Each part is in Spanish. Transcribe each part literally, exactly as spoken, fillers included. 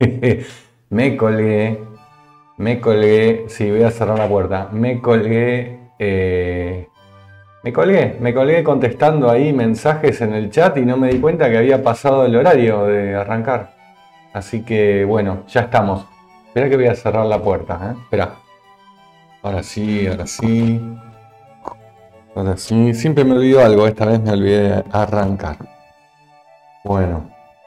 Me colgué, me colgué, sí, voy a cerrar la puerta, me colgué, eh, me colgué, me colgué contestando ahí mensajes en el chat y no me di cuenta que había pasado el horario de arrancar. Así que bueno, ya estamos. Espera que voy a cerrar la puerta, ¿eh? Espera. Ahora sí, ahora sí. Ahora sí, siempre me olvido algo, esta vez me olvidé de arrancar. Bueno.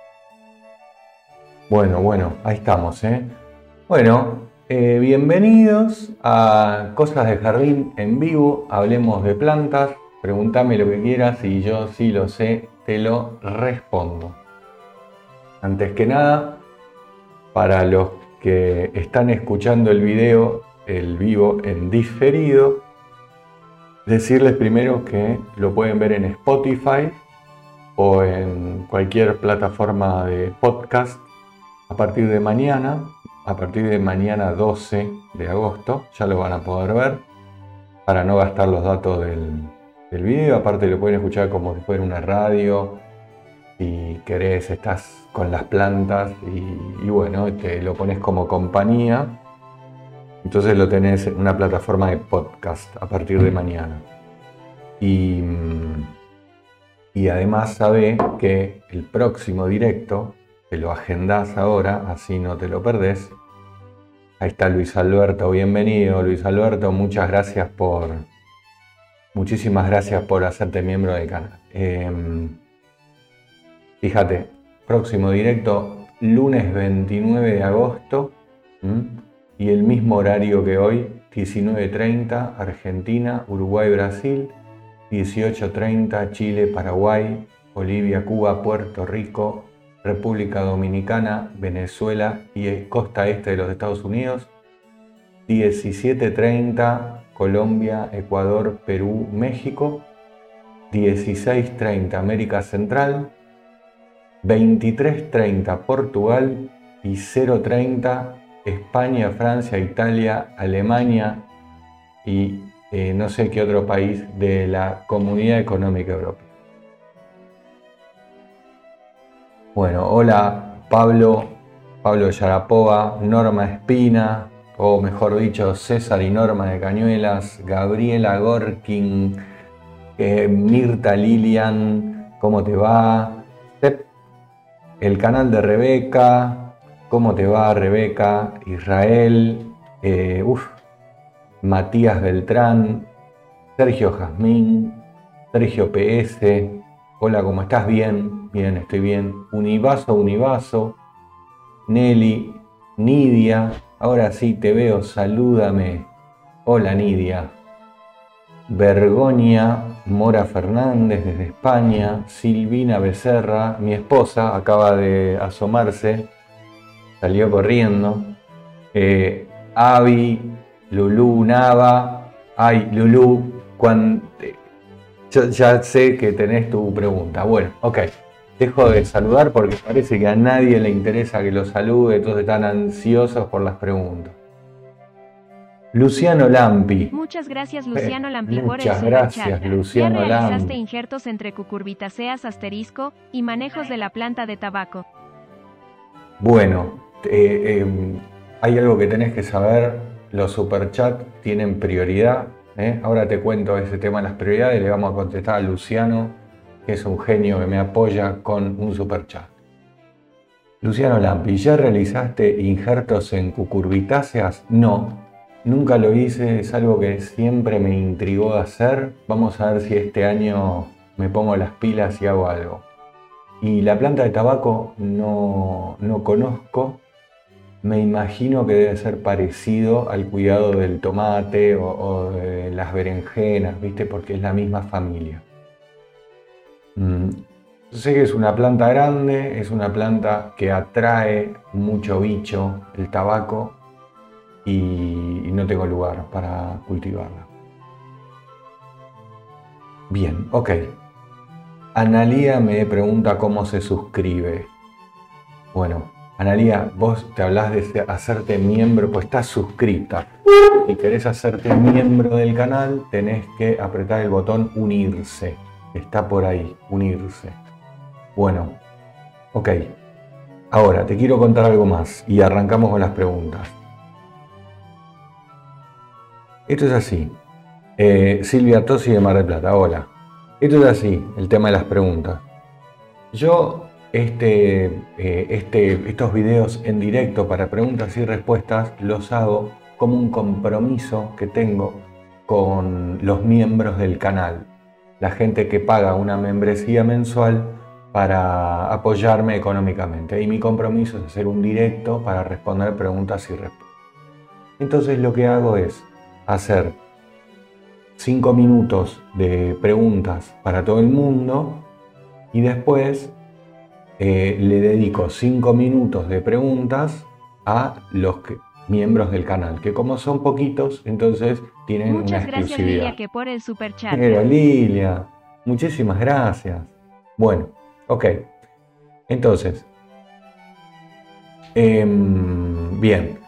Bueno, bueno, ahí estamos, ¿eh? Bueno, eh, bienvenidos a Cosas de Jardín en vivo. Hablemos de plantas. Pregúntame lo que quieras y yo, si lo sé, te lo respondo. Antes que nada, para los que están escuchando el video, el vivo en diferido, decirles primero que lo pueden ver en Spotify o en cualquier plataforma de podcast a partir de mañana. A partir de mañana doce de agosto ya lo van a poder ver para no gastar los datos del, del video. Aparte lo pueden escuchar como si fuera una radio. Si querés, estás con las plantas y, y bueno, te lo pones como compañía. Entonces lo tenés en una plataforma de podcast a partir de mañana. Y, y además sabe que el próximo directo te lo agendás ahora, así no te lo perdés. Ahí está Luis Alberto, bienvenido Luis Alberto, muchas gracias por, muchísimas gracias por hacerte miembro del canal. Eh, fíjate, próximo directo, lunes veintinueve de agosto, ¿m? Y el mismo horario que hoy, diecinueve treinta, Argentina, Uruguay, Brasil, dieciocho treinta, Chile, Paraguay, Bolivia, Cuba, Puerto Rico, República Dominicana, Venezuela y costa este de los Estados Unidos, diecisiete treinta Colombia, Ecuador, Perú, México, dieciséis treinta América Central, veintitrés treinta Portugal y cero treinta España, Francia, Italia, Alemania y eh, no sé qué otro país de la Comunidad Económica Europea. Bueno, hola Pablo, Pablo Yarapova, Norma Espina, o mejor dicho, César y Norma de Cañuelas, Gabriela Gorkin, eh, Mirta Lilian, ¿cómo te va? Step, el canal de Rebeca, ¿cómo te va Rebeca? Israel, eh, uf, Matías Beltrán, Sergio Jazmín, Sergio P S, hola, ¿cómo estás? Bien, bien, estoy bien. Univaso, Univaso, Nelly, Nidia, ahora sí te veo, salúdame. Hola Nidia. Bergonia, Mora Fernández desde España, Silvina Becerra, mi esposa, acaba de asomarse, salió corriendo. Eh, Avi, Lulú Nava, ay Lulú, cuando... Yo ya sé que tenés tu pregunta. Bueno, ok. Dejo de saludar porque parece que a nadie le interesa que lo salude, todos están ansiosos por las preguntas. Luciano Lampi. Muchas gracias Luciano eh, Lampi por el Muchas gracias superchat. Luciano Ya realizaste Lampi. injertos entre cucurbitáceas asterisco y manejos de la planta de tabaco. Bueno, eh, eh, hay algo que tenés que saber. Los superchats tienen prioridad. ¿eh? Ahora te cuento ese tema de las prioridades. Le vamos a contestar a Luciano, que es un genio que me apoya con un superchat. Luciano Lampi, ¿ya realizaste injertos en cucurbitáceas? No, nunca lo hice, es algo que siempre me intrigó hacer. Vamos a ver si este año me pongo las pilas y hago algo. Y la planta de tabaco no, no conozco. Me imagino que debe ser parecido al cuidado del tomate o, o de las berenjenas, ¿viste? Porque es la misma familia. Mm. Sé que es una planta grande, es una planta que atrae mucho bicho, el tabaco, y, y no tengo lugar para cultivarla. Bien, ok. Analía me pregunta cómo se suscribe. Bueno, Analía, vos te hablás de hacerte miembro, pues estás suscrita. Si querés hacerte miembro del canal, tenés que apretar el botón unirse. Está por ahí, unirse. Bueno, ok. Ahora, te quiero contar algo más y arrancamos con las preguntas. Esto es así. Eh, Silvia Tosi de Mar del Plata, hola. Esto es así, el tema de las preguntas. Yo, este, eh, este, estos videos en directo para preguntas y respuestas los hago como un compromiso que tengo con los miembros del canal. La gente que paga una membresía mensual para apoyarme económicamente. Y mi compromiso es hacer un directo para responder preguntas y respuestas. Entonces lo que hago es hacer cinco minutos de preguntas para todo el mundo y después eh, le dedico cinco minutos de preguntas a los que, miembros del canal, que como son poquitos, entonces tienen Muchas una gracias, exclusividad. Lilia, que por el superchat. Pero Lilia, muchísimas gracias. Bueno, ok. Entonces, eh, bien.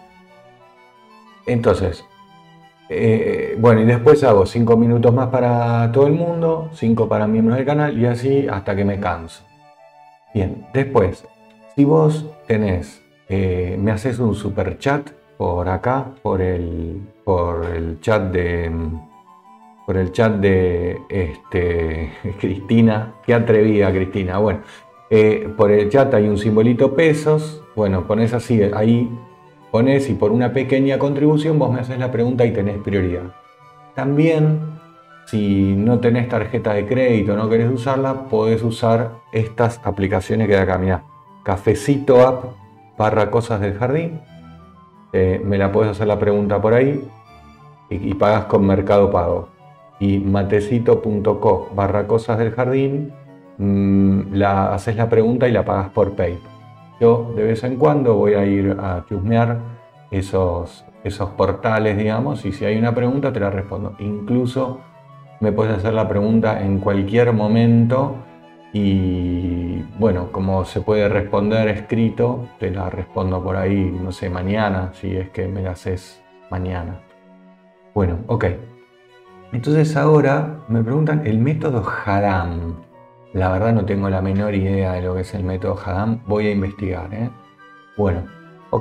Entonces, eh, bueno, y después hago cinco minutos más para todo el mundo, cinco para miembros del canal y así hasta que me canso. Bien, después, si vos tenés, eh, me haces un super chat por acá, por el, por el chat de, por el chat de este, Cristina, qué atrevida Cristina, bueno, eh, por el chat hay un simbolito pesos, bueno, pones así, ahí pones y por una pequeña contribución vos me haces la pregunta y tenés prioridad. También, si no tenés tarjeta de crédito, no querés usarla, podés usar estas aplicaciones que de acá, mirá, Cafecito App barra Cosas del Jardín, eh, me la podés hacer la pregunta por ahí y, y pagas con Mercado Pago. Y matecito punto co barra Cosas del Jardín, mmm, la, haces la pregunta y la pagas por PayPal. Yo de vez en cuando voy a ir a chusmear esos, esos portales, digamos, y si hay una pregunta te la respondo. Incluso me puedes hacer la pregunta en cualquier momento y bueno, como se puede responder escrito, te la respondo por ahí, no sé, mañana, si es que me la haces mañana. Bueno, ok. Entonces ahora me preguntan el método Haddam. La verdad no tengo la menor idea de lo que es el método Haddam, voy a investigar, ¿eh? Bueno, ok.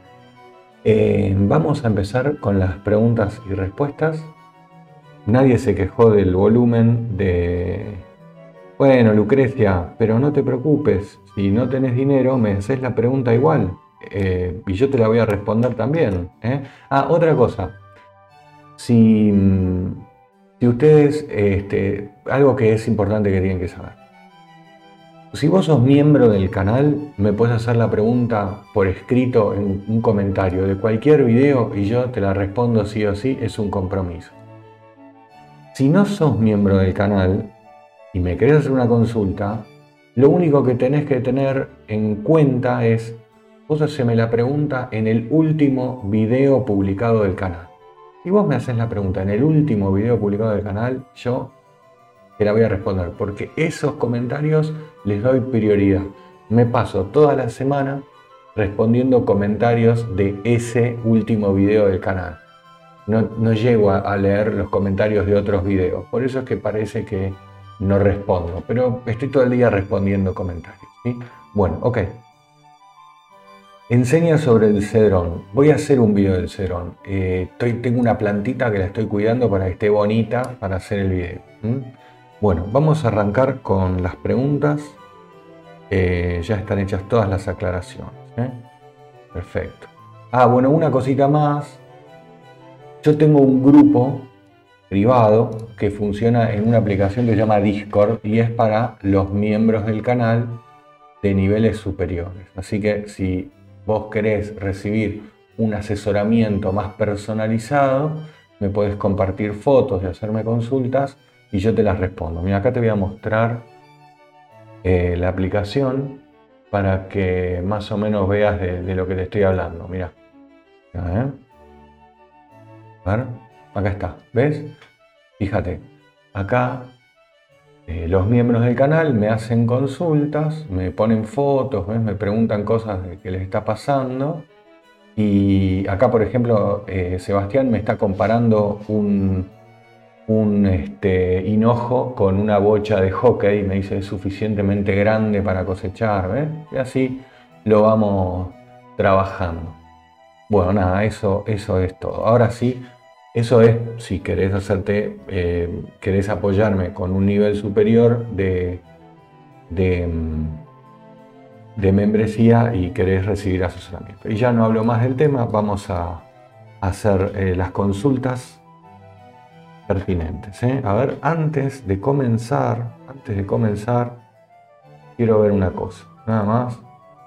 Eh, vamos a empezar con las preguntas y respuestas. Nadie se quejó del volumen de... Bueno, Lucrecia, pero no te preocupes, si no tenés dinero me haces la pregunta igual eh, y yo te la voy a responder también, ¿eh? Ah, otra cosa. Si... Si ustedes, este, algo que es importante que tienen que saber. Si vos sos miembro del canal, me puedes hacer la pregunta por escrito en un comentario de cualquier video y yo te la respondo sí o sí, es un compromiso. Si no sos miembro del canal y me querés hacer una consulta, lo único que tenés que tener en cuenta es, vos haceme la pregunta en el último video publicado del canal. Si vos me haces la pregunta en el último video publicado del canal, yo te la voy a responder, porque esos comentarios les doy prioridad. Me paso toda la semana respondiendo comentarios de ese último video del canal. No, no llego a, a leer los comentarios de otros videos, por eso es que parece que no respondo, pero estoy todo el día respondiendo comentarios, ¿sí? Bueno, ok. Enseña sobre el cedrón. Voy a hacer un video del cedrón. Eh, estoy, tengo una plantita que la estoy cuidando para que esté bonita para hacer el video. ¿Mm? Bueno, vamos a arrancar con las preguntas. Eh, ya están hechas todas las aclaraciones, ¿eh? Perfecto. Ah, bueno, una cosita más. Yo tengo un grupo privado que funciona en una aplicación que se llama Discord y es para los miembros del canal de niveles superiores. Así que si vos querés recibir un asesoramiento más personalizado, me podés compartir fotos y hacerme consultas y yo te las respondo. Mira, acá te voy a mostrar eh, la aplicación para que más o menos veas de, de lo que te estoy hablando. Mira, ¿eh? A ver, acá está, ¿ves? Fíjate, acá Eh, los miembros del canal me hacen consultas, me ponen fotos, ¿ves? Me preguntan cosas de que les está pasando. Y acá, por ejemplo, eh, Sebastián me está comparando un, un este, hinojo con una bocha de hockey. Me dice es suficientemente grande para cosechar, ¿ves? Y así lo vamos trabajando. Bueno, nada, eso, eso es todo. Ahora sí, eso es si querés hacerte, eh, querés apoyarme con un nivel superior de, de, de membresía y querés recibir asesoramiento. Y ya no hablo más del tema, vamos a hacer eh, las consultas pertinentes. ¿eh? A ver, antes de comenzar, antes de comenzar, quiero ver una cosa, nada más.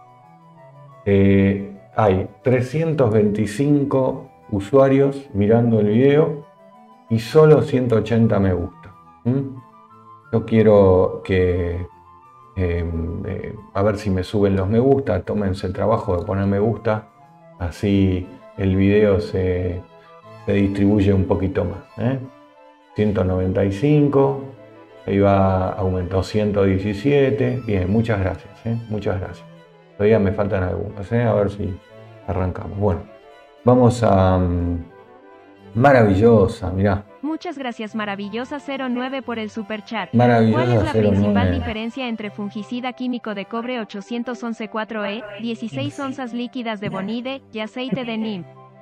Eh, hay trescientos veinticinco usuarios mirando el video y solo ciento ochenta me gusta. ¿Mm? Yo quiero que, eh, eh, a ver si me suben los me gusta, tómense el trabajo de poner me gusta, así el video se, se distribuye un poquito más. ¿eh? ciento noventa y cinco, ahí va, aumentó ciento diecisiete, bien, muchas gracias, ¿eh? muchas gracias. Todavía me faltan algunos, ¿eh? A ver si arrancamos. Bueno, vamos a... Um, maravillosa, mirá. Muchas gracias Maravillosa cero nueve por el superchat. Maravillosa ¿Cuál es la cero nueve. principal diferencia entre fungicida químico de cobre ochocientos once cuatro E, dieciséis onzas líquidas de bonide y aceite de neem?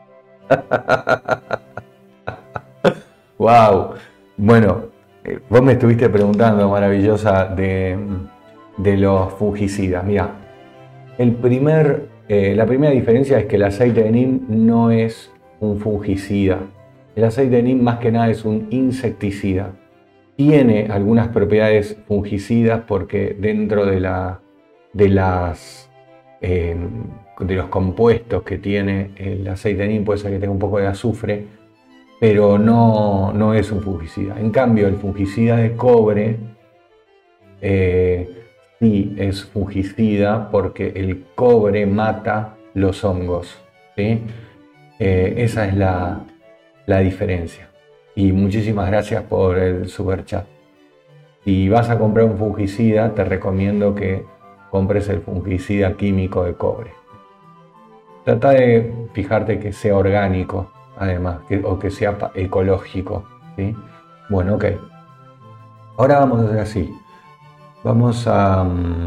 Wow. Bueno, eh, vos me estuviste preguntando, Maravillosa, de, de los fungicidas. Mirá, el primer, eh, la primera diferencia es que el aceite de neem no es un fungicida. El aceite de neem más que nada es un insecticida. Tiene algunas propiedades fungicidas porque dentro de, la, de, las, eh, de los compuestos que tiene el aceite de neem puede ser que tenga un poco de azufre, pero no, no es un fungicida. En cambio, el fungicida de cobre eh, sí es fungicida porque el cobre mata los hongos. ¿sí? Eh, esa es la, la diferencia. Y muchísimas gracias por el super chat. Si vas a comprar un fungicida, te recomiendo que compres el fungicida químico de cobre. Trata de fijarte que sea orgánico, además, que, o que sea ecológico. ¿sí? Bueno, ok. Ahora vamos a hacer así. Vamos a...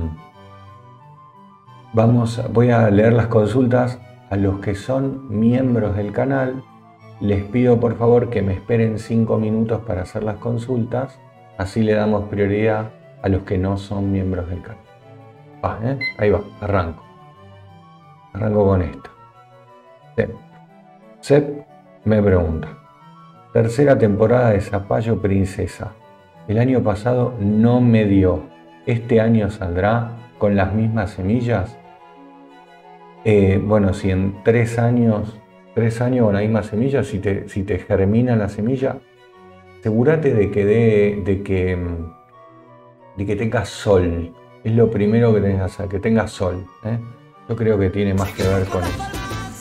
Vamos a, voy a leer las consultas a los que son miembros del canal. Les pido por favor que me esperen cinco minutos para hacer las consultas. Así le damos prioridad a los que no son miembros del canal. Va, ¿eh? Ahí va, arranco. Arranco con esto. Sep. Sep me pregunta. Tercera temporada de Zapallo Princesa. El año pasado no me dio. ¿Este año saldrá con las mismas semillas? Eh, bueno, si en tres años, tres años con la misma semilla, si te, si te germina la semilla, asegúrate de que, de, de que, de que tenga sol. Es lo primero que tenés que hacer, que tenga sol. ¿eh? Yo creo que tiene más que ver con eso.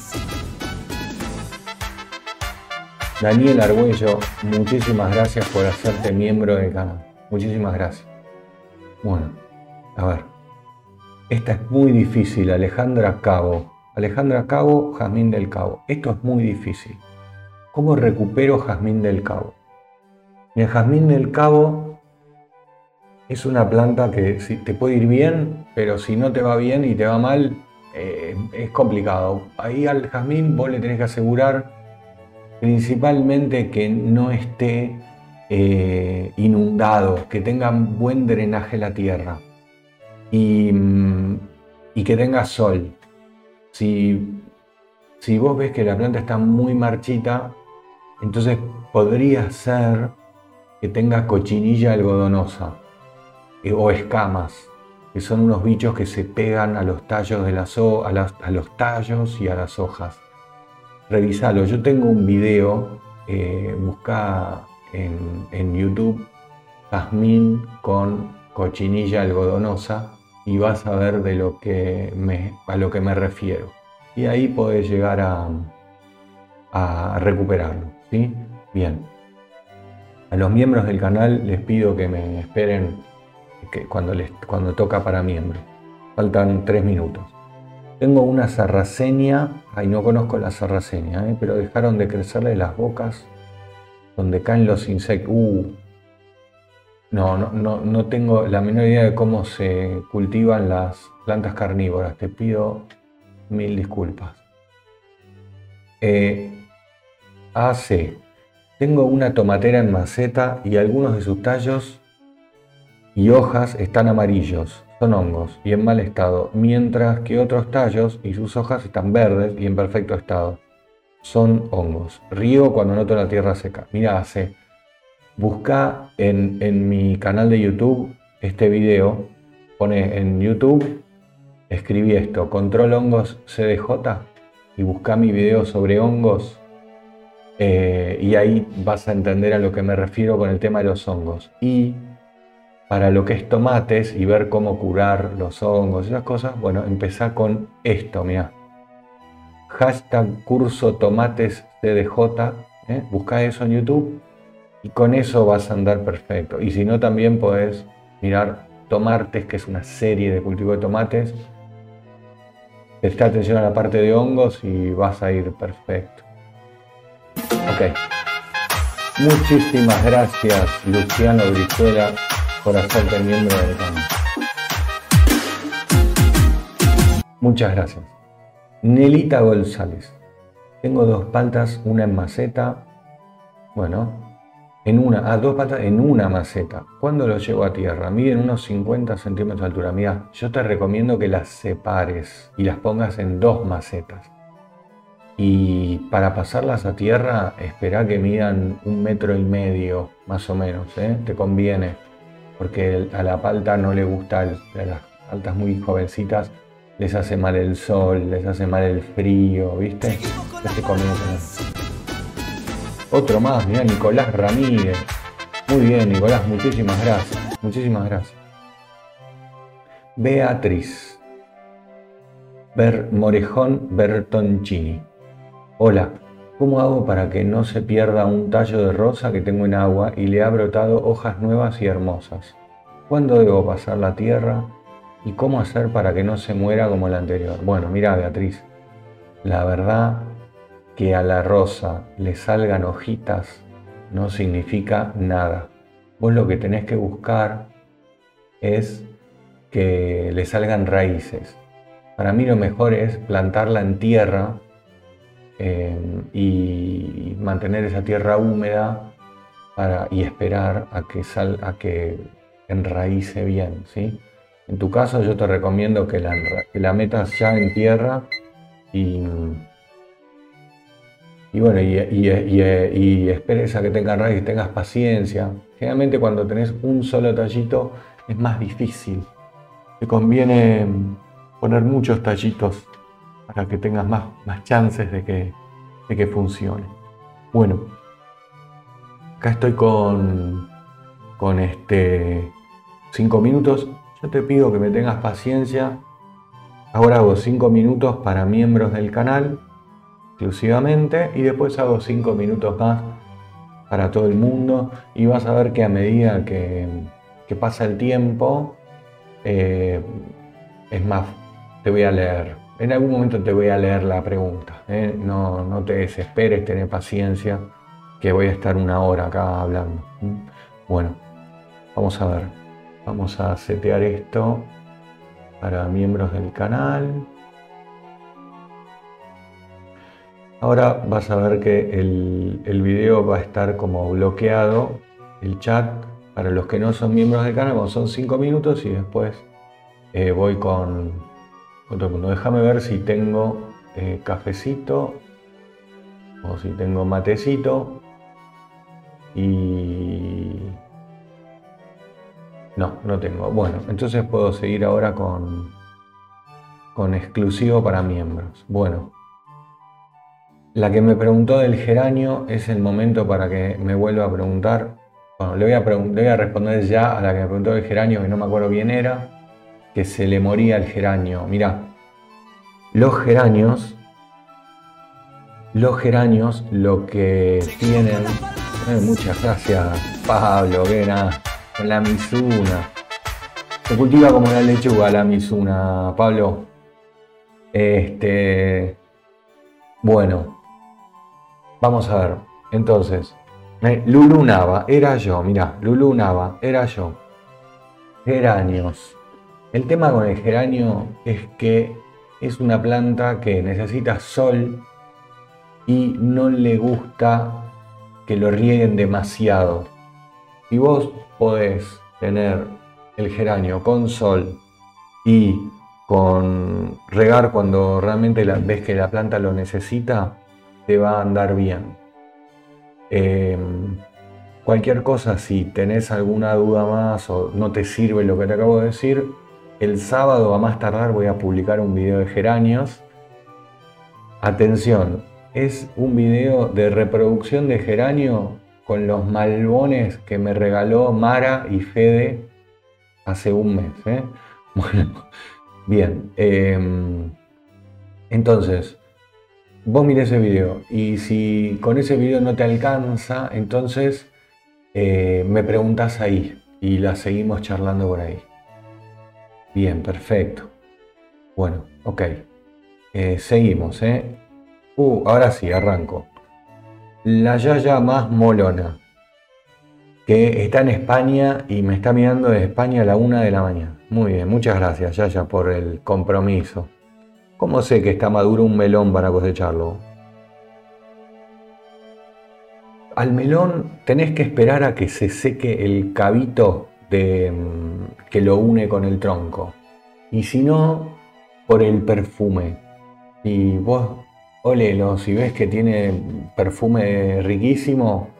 Daniel Argüello, muchísimas gracias por hacerte miembro del canal. Muchísimas gracias. Bueno, a ver. Esta es muy difícil, Alejandra Cabo. Alejandra Cabo, Jazmín del Cabo. Esto es muy difícil. ¿Cómo recupero Jazmín del Cabo? El Jazmín del Cabo es una planta que si te puede ir bien, pero si no te va bien y te va mal, eh, es complicado. Ahí al jazmín vos le tenés que asegurar principalmente que no esté eh, inundado, que tenga buen drenaje la tierra. Y, y que tenga sol. Si, si vos ves que la planta está muy marchita, entonces podría ser que tenga cochinilla algodonosa eh, o escamas, que son unos bichos que se pegan a los tallos de las ho a, las, a los tallos y a las hojas. Revisalo. Yo tengo un video, eh, busca en, en YouTube jazmín con cochinilla algodonosa y vas a ver de lo que me, a lo que me refiero. Y ahí podés llegar a, a recuperarlo. ¿sí? Bien. A los miembros del canal les pido que me esperen que cuando, les, cuando toca para miembros. Faltan tres minutos. Tengo una sarracenia. Ay, no conozco la sarracenia, ¿eh? pero dejaron de crecerle las bocas donde caen los insectos. Uh, No, no, no, no tengo la menor idea de cómo se cultivan las, plantas carnívoras. Te pido mil disculpas. Eh, A C. Tengo una tomatera en maceta y algunos de sus tallos y hojas están amarillos, son hongos y en mal estado, mientras que otros tallos y sus hojas están verdes y en perfecto estado, son hongos. Riego cuando noto la tierra seca. Mira, hace, busca en, en mi canal de YouTube este video, pone en YouTube, escribí esto, control hongos C D J y busca mi video sobre hongos. Eh, y ahí vas a entender a lo que me refiero con el tema de los hongos. Y para lo que es tomates y ver cómo curar los hongos y esas cosas, bueno, empezá con esto, mirá. Hashtag curso tomates C D J, ¿eh? Buscá eso en YouTube y con eso vas a andar perfecto. Y si no, también podés mirar Tomates, que es una serie de cultivo de tomates. Presta atención a la parte de hongos y vas a ir perfecto. Ok. Muchísimas gracias, Luciano Brizuela, por hacerte miembro del canal. Muchas gracias. Nelita González. Tengo dos plantas, una en maceta. Bueno, en una, ah, dos plantas en una maceta. ¿Cuándo lo llevo a tierra? Miden unos cincuenta centímetros de altura. Mira, yo te recomiendo que las separes y las pongas en dos macetas. Y para pasarlas a tierra, espera que midan un metro y medio, más o menos, ¿eh? Te conviene, porque a la palta no le gusta, el, a las paltas muy jovencitas, les hace mal el sol, les hace mal el frío, ¿viste? Ya te conviene tener. Otro más, mirá, Nicolás Ramírez. Muy bien, Nicolás, muchísimas gracias, muchísimas gracias. Beatriz. Ber Morejón Bertoncini. Hola, ¿cómo hago para que no se pierda un tallo de rosa que tengo en agua y le ha brotado hojas nuevas y hermosas? ¿Cuándo debo pasar la tierra? ¿Y cómo hacer para que no se muera como la anterior? Bueno, mira, Beatriz, la verdad que a la rosa le salgan hojitas no significa nada. Vos lo que tenés que buscar es que le salgan raíces. Para mí lo mejor es plantarla en tierra eh, y mantener esa tierra húmeda para, y esperar a que, sal, a que enraíce bien, ¿sí? En tu caso yo te recomiendo que la, que la metas ya en tierra y, y bueno, y, y, y, y esperes a que tenga raíz y tengas paciencia. Generalmente cuando tenés un solo tallito es más difícil. Te conviene poner muchos tallitos para que tengas más, más chances de que, de que funcione. Bueno, acá estoy con, con este cinco minutos. Yo te pido que me tengas paciencia. Ahora hago cinco minutos para miembros del canal exclusivamente y después hago cinco minutos más para todo el mundo y vas a ver que a medida que, que pasa el tiempo eh, es más, te voy a leer. En algún momento te voy a leer la pregunta. ¿eh? No, no te desesperes, ten paciencia, que voy a estar una hora acá hablando. Bueno, vamos a ver. Vamos a setear esto para miembros del canal. Ahora vas a ver que el, el video va a estar como bloqueado, el chat, para los que no son miembros del canal, como son cinco minutos y después eh, voy con otro punto. Déjame ver si tengo eh, cafecito o si tengo matecito y... No, no tengo. Bueno, entonces puedo seguir ahora con, con exclusivo para miembros. Bueno, la que me preguntó del geranio es el momento para que me vuelva a preguntar. Bueno, le voy a, le voy a responder ya a la que me preguntó del geranio, que no me acuerdo bien era, que se le moría el geranio. Mirá, los geranios, los geranios lo que tienen... Eh, muchas gracias, Pablo, que nada. Con la Mizuna. Se cultiva como la lechuga la Mizuna, Pablo. Este. Bueno. Vamos a ver. Entonces. Eh, Lulu Nava, era yo. Mirá, Lulu Nava, era yo. Geranios. El tema con el geranio es que es una planta que necesita sol y no le gusta que lo rieguen demasiado. Si vos podés tener el geranio con sol y con regar cuando realmente la, ves que la planta lo necesita, te va a andar bien. Eh, cualquier cosa, si tenés alguna duda más o no te sirve lo que te acabo de decir, el sábado a más tardar voy a publicar un video de geranios. Atención, es un video de reproducción de geranio con los malbones que me regaló Mara y Fede hace un mes. ¿eh? Bueno, bien. Eh, entonces, vos mirá ese video y si con ese video no te alcanza, entonces eh, me preguntás ahí y la seguimos charlando por ahí. Bien, perfecto. Bueno, ok. Eh, seguimos, ¿eh? Uh, ahora sí, arranco. La Yaya más molona, que está en España y me está mirando de España a la una de la mañana. Muy bien, muchas gracias, Yaya, por el compromiso. ¿Cómo sé que está maduro un melón para cosecharlo? Al melón tenés que esperar a que se seque el cabito de, que lo une con el tronco. Y si no, por el perfume. Y vos olelo, si ves que tiene perfume riquísimo,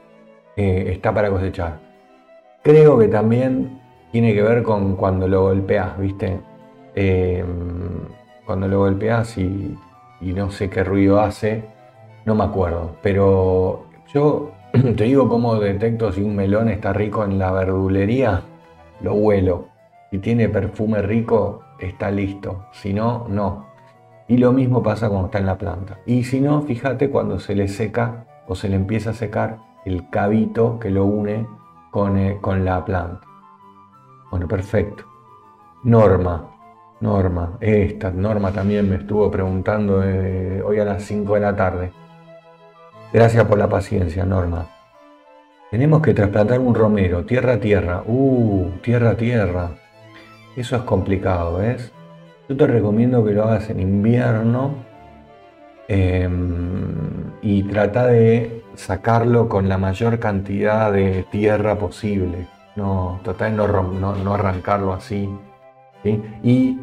eh, está para cosechar. Creo que también tiene que ver con cuando lo golpeás, ¿viste? Eh, cuando lo golpeás y, y no sé qué ruido hace, no me acuerdo. Pero yo te digo cómo detecto si un melón está rico en la verdulería, lo huelo. Si tiene perfume rico, está listo. Si no, no. Y lo mismo pasa cuando está en la planta. Y si no, fíjate cuando se le seca o se le empieza a secar el cabito que lo une con, eh, con la planta. Bueno, perfecto. Norma, Norma, esta Norma también me estuvo preguntando eh, hoy a las cinco de la tarde. Gracias por la paciencia, Norma. Tenemos que trasplantar un romero, tierra a tierra. Uh, tierra a tierra. Eso es complicado, ¿ves? Yo te recomiendo que lo hagas en invierno eh, y trata de sacarlo con la mayor cantidad de tierra posible. No, trata de no, no, no arrancarlo así. ¿sí? Y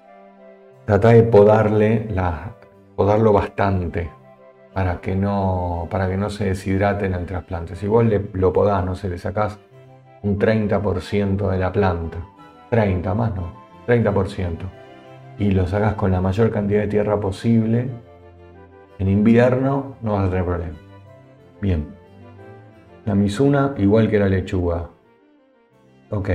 trata de podarle la, podarlo bastante para que, no, para que no se deshidrate en el trasplante. Si vos le, lo podás, no sé, le sacás un treinta por ciento de la planta. treinta más no, treinta por ciento. Y lo sacas con la mayor cantidad de tierra posible, en invierno no vas a tener problema. Bien. La Mizuna igual que la lechuga. Ok.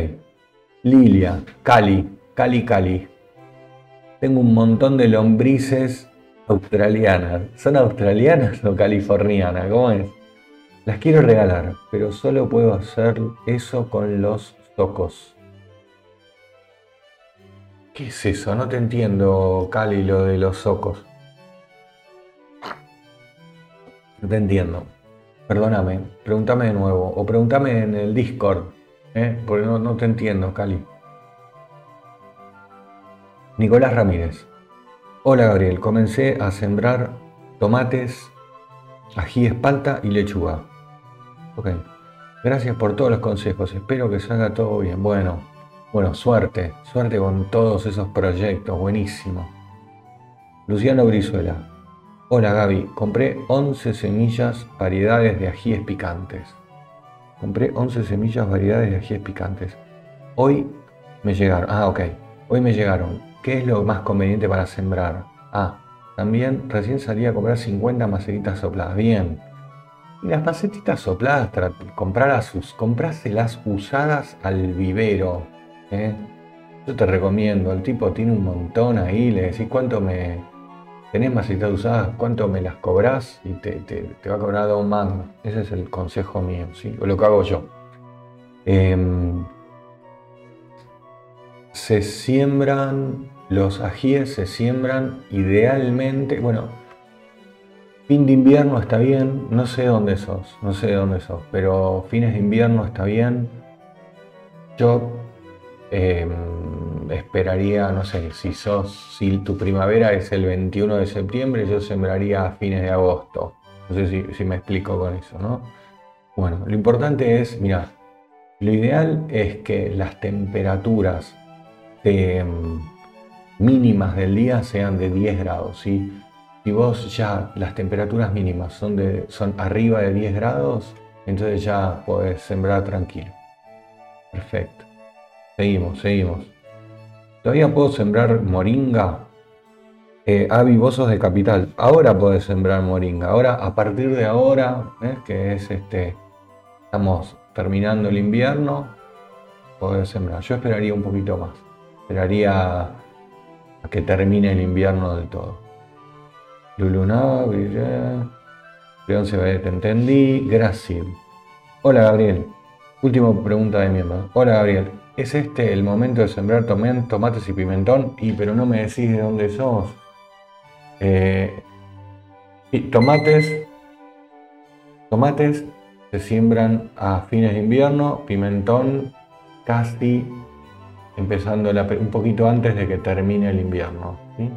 Lilia, Cali, Cali, Cali. Tengo un montón de lombrices australianas. ¿Son australianas o californianas? ¿Cómo es? Las quiero regalar, pero solo puedo hacer eso con los zocos. ¿Qué es eso? No te entiendo, Cali, lo de los zocos. No te entiendo. Perdóname, pregúntame de nuevo. O pregúntame en el Discord, ¿eh? Porque no, no te entiendo, Cali. Nicolás Ramírez. Hola, Gabriel. Comencé a sembrar tomates, ají espalta y lechuga. Ok. Gracias por todos los consejos. Espero que salga todo bien. Bueno. Bueno, suerte, suerte con todos esos proyectos, buenísimo. Luciano Brizuela. Hola Gaby, compré once semillas variedades de ajíes picantes. Compré once semillas variedades de ajíes picantes. Hoy me llegaron, ah ok, hoy me llegaron. ¿Qué es lo más conveniente para sembrar? Ah, también recién salí a comprar cincuenta macetitas sopladas, bien. Y las macetitas sopladas, comprarlas, compráselas usadas al vivero. ¿Eh? Yo te recomiendo, el tipo tiene un montón ahí, le decís cuánto me tenés macetitas usadas, cuánto me las cobrás y te, te, te va a cobrar dos mangos. Ese es el consejo mío, ¿sí? O lo que hago yo. Eh, se siembran, los ajíes se siembran idealmente, bueno, fin de invierno está bien, no sé dónde sos, no sé de dónde sos, pero fines de invierno está bien. Yo Eh, esperaría, no sé, si sos, si tu primavera es el veintiuno de septiembre, yo sembraría a fines de agosto. No sé si, si me explico con eso, ¿no? Bueno, lo importante es, mira, lo ideal es que las temperaturas de, mínimas del día sean de diez grados, ¿sí? Si vos ya las temperaturas mínimas son, de, son arriba de diez grados, entonces ya podés sembrar tranquilo. Perfecto. Seguimos, seguimos. ¿Todavía puedo sembrar moringa? Eh, Avi, vos sos de Capital. Ahora podés sembrar moringa. Ahora, a partir de ahora, ¿ves? Que es este, estamos terminando el invierno, podés sembrar. Yo esperaría un poquito más. Esperaría a que termine el invierno del todo. Luluna, León se ve, te entendí. Gracias. Hola, Gabriel. Última pregunta de miembro. Hola, Gabriel. ¿Es este el momento de sembrar tomates y pimentón? Y pero no me decís de dónde sos. Eh, y tomates, tomates se siembran a fines de invierno, pimentón casi empezando la, un poquito antes de que termine el invierno, ¿sí?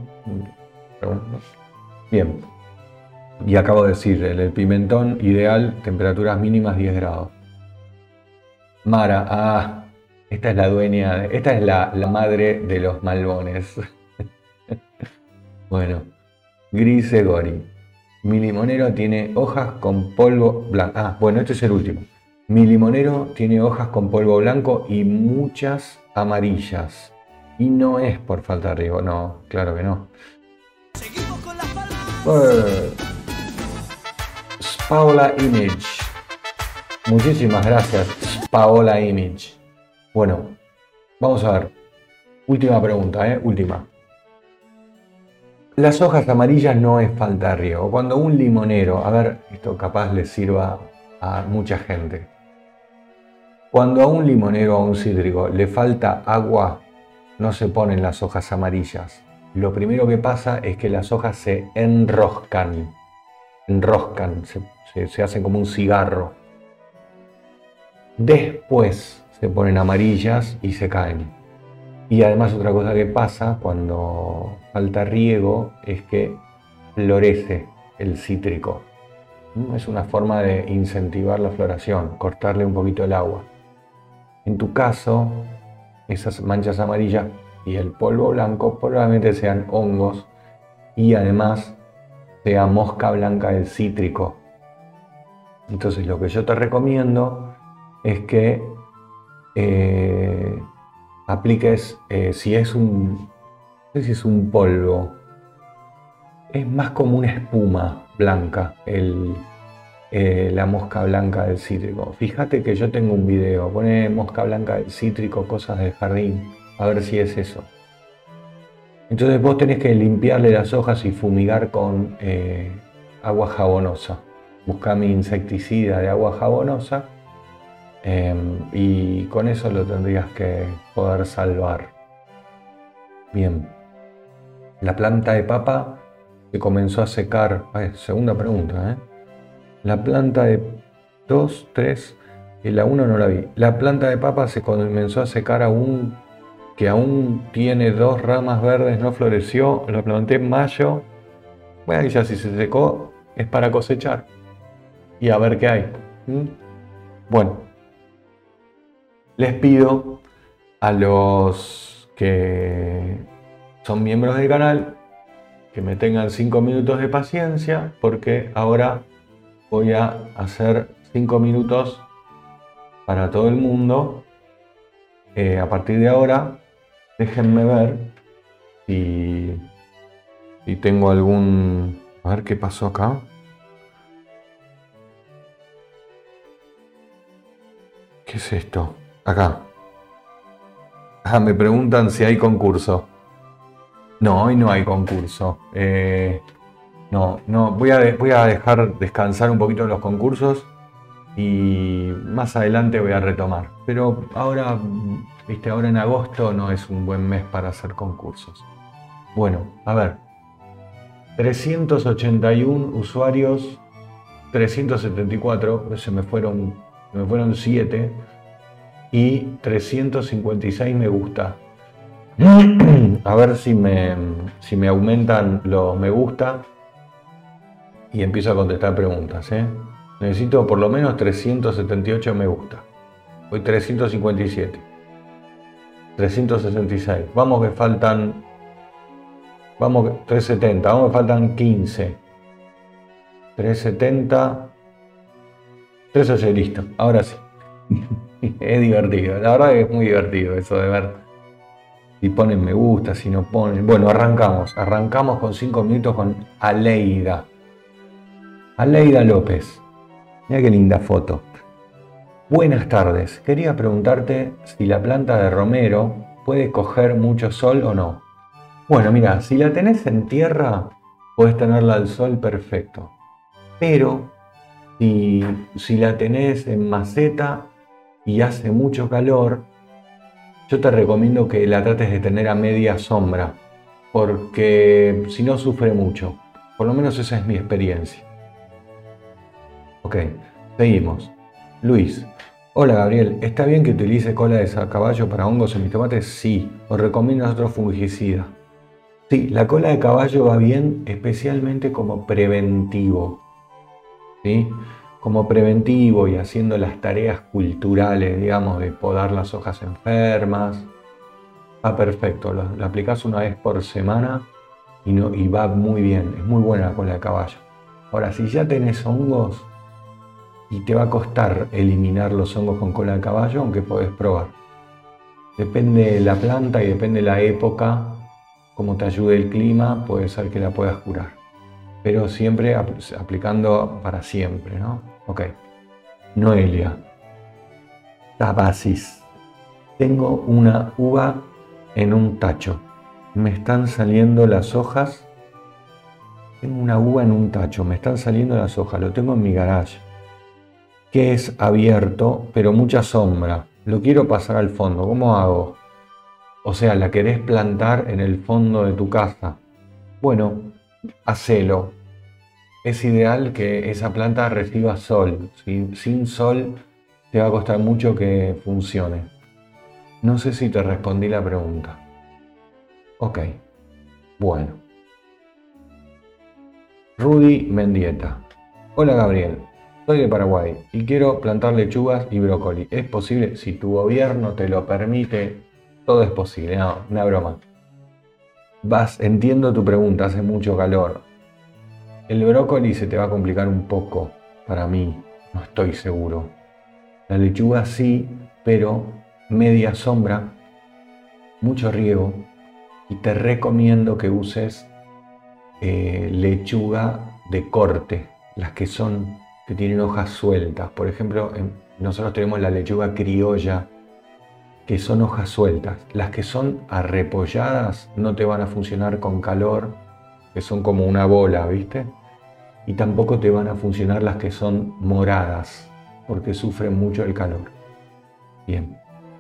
Bien, y acabo de decir, el, el pimentón ideal, temperaturas mínimas diez grados. Mara, ah, esta es la dueña, de, esta es la, la madre de los malbones. Bueno, Grise Gori. Mi limonero tiene hojas con polvo blanco. Ah, bueno, este es el último. Mi limonero tiene hojas con polvo blanco y muchas amarillas. Y no es por falta de riego, no, claro que no. Seguimos con las palabras. Uh, Paola Image. Muchísimas gracias, Paola Image. Bueno, vamos a ver. Última pregunta, ¿eh? Última. Las hojas amarillas no es falta de riego. Cuando un limonero, a ver, esto capaz le sirva a mucha gente. Cuando a un limonero o a un cítrico le falta agua, no se ponen las hojas amarillas. Lo primero que pasa es que las hojas se enroscan. Enroscan, se, se, se hacen como un cigarro. Después se ponen amarillas y se caen. Y además otra cosa que pasa cuando falta riego es que florece el cítrico. Es una forma de incentivar la floración, cortarle un poquito el agua. En tu caso, esas manchas amarillas y el polvo blanco probablemente sean hongos y además sea mosca blanca del cítrico. Entonces lo que yo te recomiendo es que eh, apliques, eh, si es un, no sé si es un polvo, es más como una espuma blanca, el, eh, la mosca blanca del cítrico. Fíjate que yo tengo un video, pone mosca blanca del cítrico, cosas del jardín, a ver si es eso. Entonces vos tenés que limpiarle las hojas y fumigar con eh, agua jabonosa. Buscá mi insecticida de agua jabonosa. Eh, y con eso lo tendrías que poder salvar. Bien, la planta de papa se comenzó a secar. Ay, segunda pregunta, ¿eh? La planta de dos, tres, y la uno no la vi. La planta de papa se comenzó a secar aún, que aún tiene dos ramas verdes, no floreció. La planté en mayo. Bueno, y ya si se secó es para cosechar y a ver qué hay. ¿Mm? Bueno. Les pido a los que son miembros del canal que me tengan cinco minutos de paciencia porque ahora voy a hacer cinco minutos para todo el mundo. Eh, a partir de ahora, déjenme ver si, si tengo algún... A ver qué pasó acá. ¿Qué es esto? Acá. Ah, me preguntan si hay concurso. No, hoy no hay concurso. Eh, no, no, voy a, de, voy a dejar descansar un poquito los concursos y más adelante voy a retomar. Pero ahora, viste, ahora en agosto no es un buen mes para hacer concursos. Bueno, a ver. trescientos ochenta y uno usuarios, trescientos setenta y cuatro, se me fueron, se me fueron siete. Y trescientos cincuenta y seis me gusta. A ver si me, si me aumentan los me gusta y empiezo a contestar preguntas, ¿eh? Necesito por lo menos trescientos setenta y ocho me gusta. Hoy trescientos cincuenta y siete. trescientos sesenta y seis. Vamos que faltan... Vamos que... trescientos setenta. Vamos que faltan quince. trescientos setenta. trescientos ocho, listo. Ahora sí. Es divertido. La verdad que es muy divertido eso de ver si ponen me gusta, si no ponen. Bueno, arrancamos. Arrancamos con cinco minutos con Aleida. Aleida López. Mira qué linda foto. Buenas tardes. Quería preguntarte si la planta de romero puede coger mucho sol o no. Bueno, mira, si la tenés en tierra, podés tenerla al sol perfecto. Pero si, si la tenés en maceta y hace mucho calor, yo te recomiendo que la trates de tener a media sombra, porque si no sufre mucho. Por lo menos esa es mi experiencia. Ok, seguimos. Luis. Hola Gabriel, ¿está bien que utilice cola de caballo para hongos en mis tomates? Sí. ¿Os recomiendo otro fungicida? Sí, la cola de caballo va bien, especialmente como preventivo. ¿Sí? Como preventivo y haciendo las tareas culturales, digamos, de podar las hojas enfermas. Ah, perfecto, lo, lo aplicás una vez por semana y, no, y va muy bien, es muy buena la cola de caballo. Ahora, si ya tenés hongos y te va a costar eliminar los hongos con cola de caballo, aunque podés probar. Depende de la planta y depende de la época, como te ayude el clima, puede ser que la puedas curar. Pero siempre aplicando para siempre, ¿no? Ok. Noelia. Tabasis. Tengo una uva en un tacho. Me están saliendo las hojas. Tengo una uva en un tacho. Me están saliendo las hojas. Lo tengo en mi garage. Que es abierto, pero mucha sombra. Lo quiero pasar al fondo. ¿Cómo hago? O sea, la querés plantar en el fondo de tu casa. Bueno, hacelo. Es ideal que esa planta reciba sol. Sin, sin sol te va a costar mucho que funcione. No sé si te respondí la pregunta. Ok. Bueno. Rudy Mendieta. Hola Gabriel. Soy de Paraguay y quiero plantar lechugas y brócoli. ¿Es posible? Si tu gobierno te lo permite, todo es posible. No, una broma. Vas, entiendo tu pregunta, hace mucho calor. El brócoli se te va a complicar un poco para mí, no estoy seguro. La lechuga sí, pero media sombra, mucho riego y te recomiendo que uses eh, lechuga de corte, las que son que tienen hojas sueltas. Por ejemplo, en, nosotros tenemos la lechuga criolla, que son hojas sueltas. Las que son arrepolladas no te van a funcionar con calor, que son como una bola, ¿viste? Y tampoco te van a funcionar las que son moradas, porque sufren mucho el calor. Bien.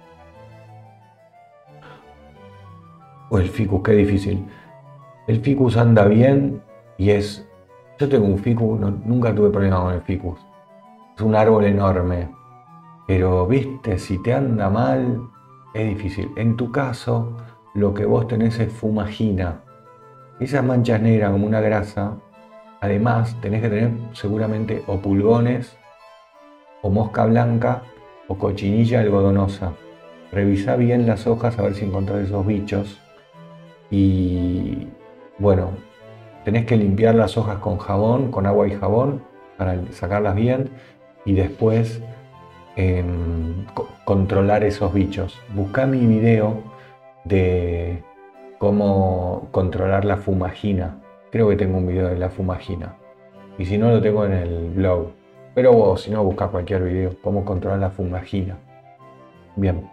O el ficus, qué difícil. El ficus anda bien y es... Yo tengo un ficus, no, nunca tuve problema con el ficus. Es un árbol enorme. Pero, viste, si te anda mal, es difícil. En tu caso, lo que vos tenés es fumagina. Esas manchas negras como una grasa. Además, tenés que tener seguramente o pulgones, o mosca blanca, o cochinilla algodonosa. Revisá bien las hojas a ver si encontrás esos bichos. Y bueno, tenés que limpiar las hojas con jabón, con agua y jabón, para sacarlas bien. Y después eh, co- controlar esos bichos. Buscá mi video de cómo controlar la fumagina. Creo que tengo un video de la fumagina. Y si no, lo tengo en el blog. Pero vos, si no, buscá cualquier video. Cómo controlar la fumagina. Bien.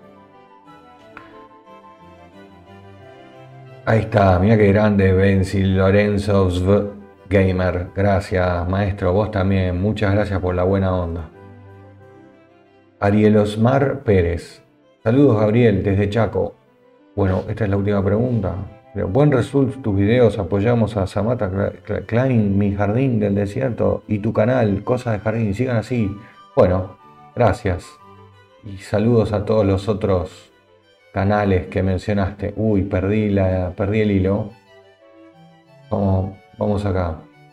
Ahí está. Mira qué grande, Benzi Lorenzo Gamer. Gracias, maestro. Vos también. Muchas gracias por la buena onda. Ariel Osmar Pérez. Saludos, Gabriel, desde Chaco. Bueno, esta es la última pregunta. Buen resultado tus videos, apoyamos a Samantha Klein, Mi Jardín del Desierto y tu canal, Cosas de Jardín, sigan así. Bueno, gracias. Y saludos a todos los otros canales que mencionaste. Uy, perdí, la, perdí el hilo. Vamos, vamos acá.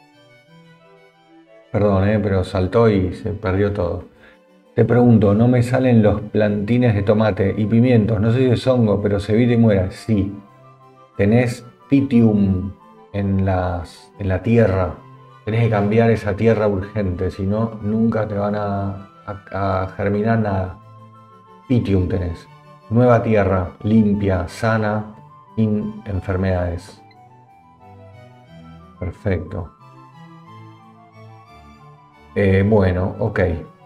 Perdón, eh, pero saltó y se perdió todo. Te pregunto, no me salen los plantines de tomate y pimientos. No sé si es hongo, pero se evita y muera. Sí. Tenés pitium en, las, en la tierra. Tenés que cambiar esa tierra urgente, si no, nunca te van a, a, a germinar nada. Pitium tenés. Nueva tierra, limpia, sana, sin enfermedades. Perfecto. Eh, bueno, ok.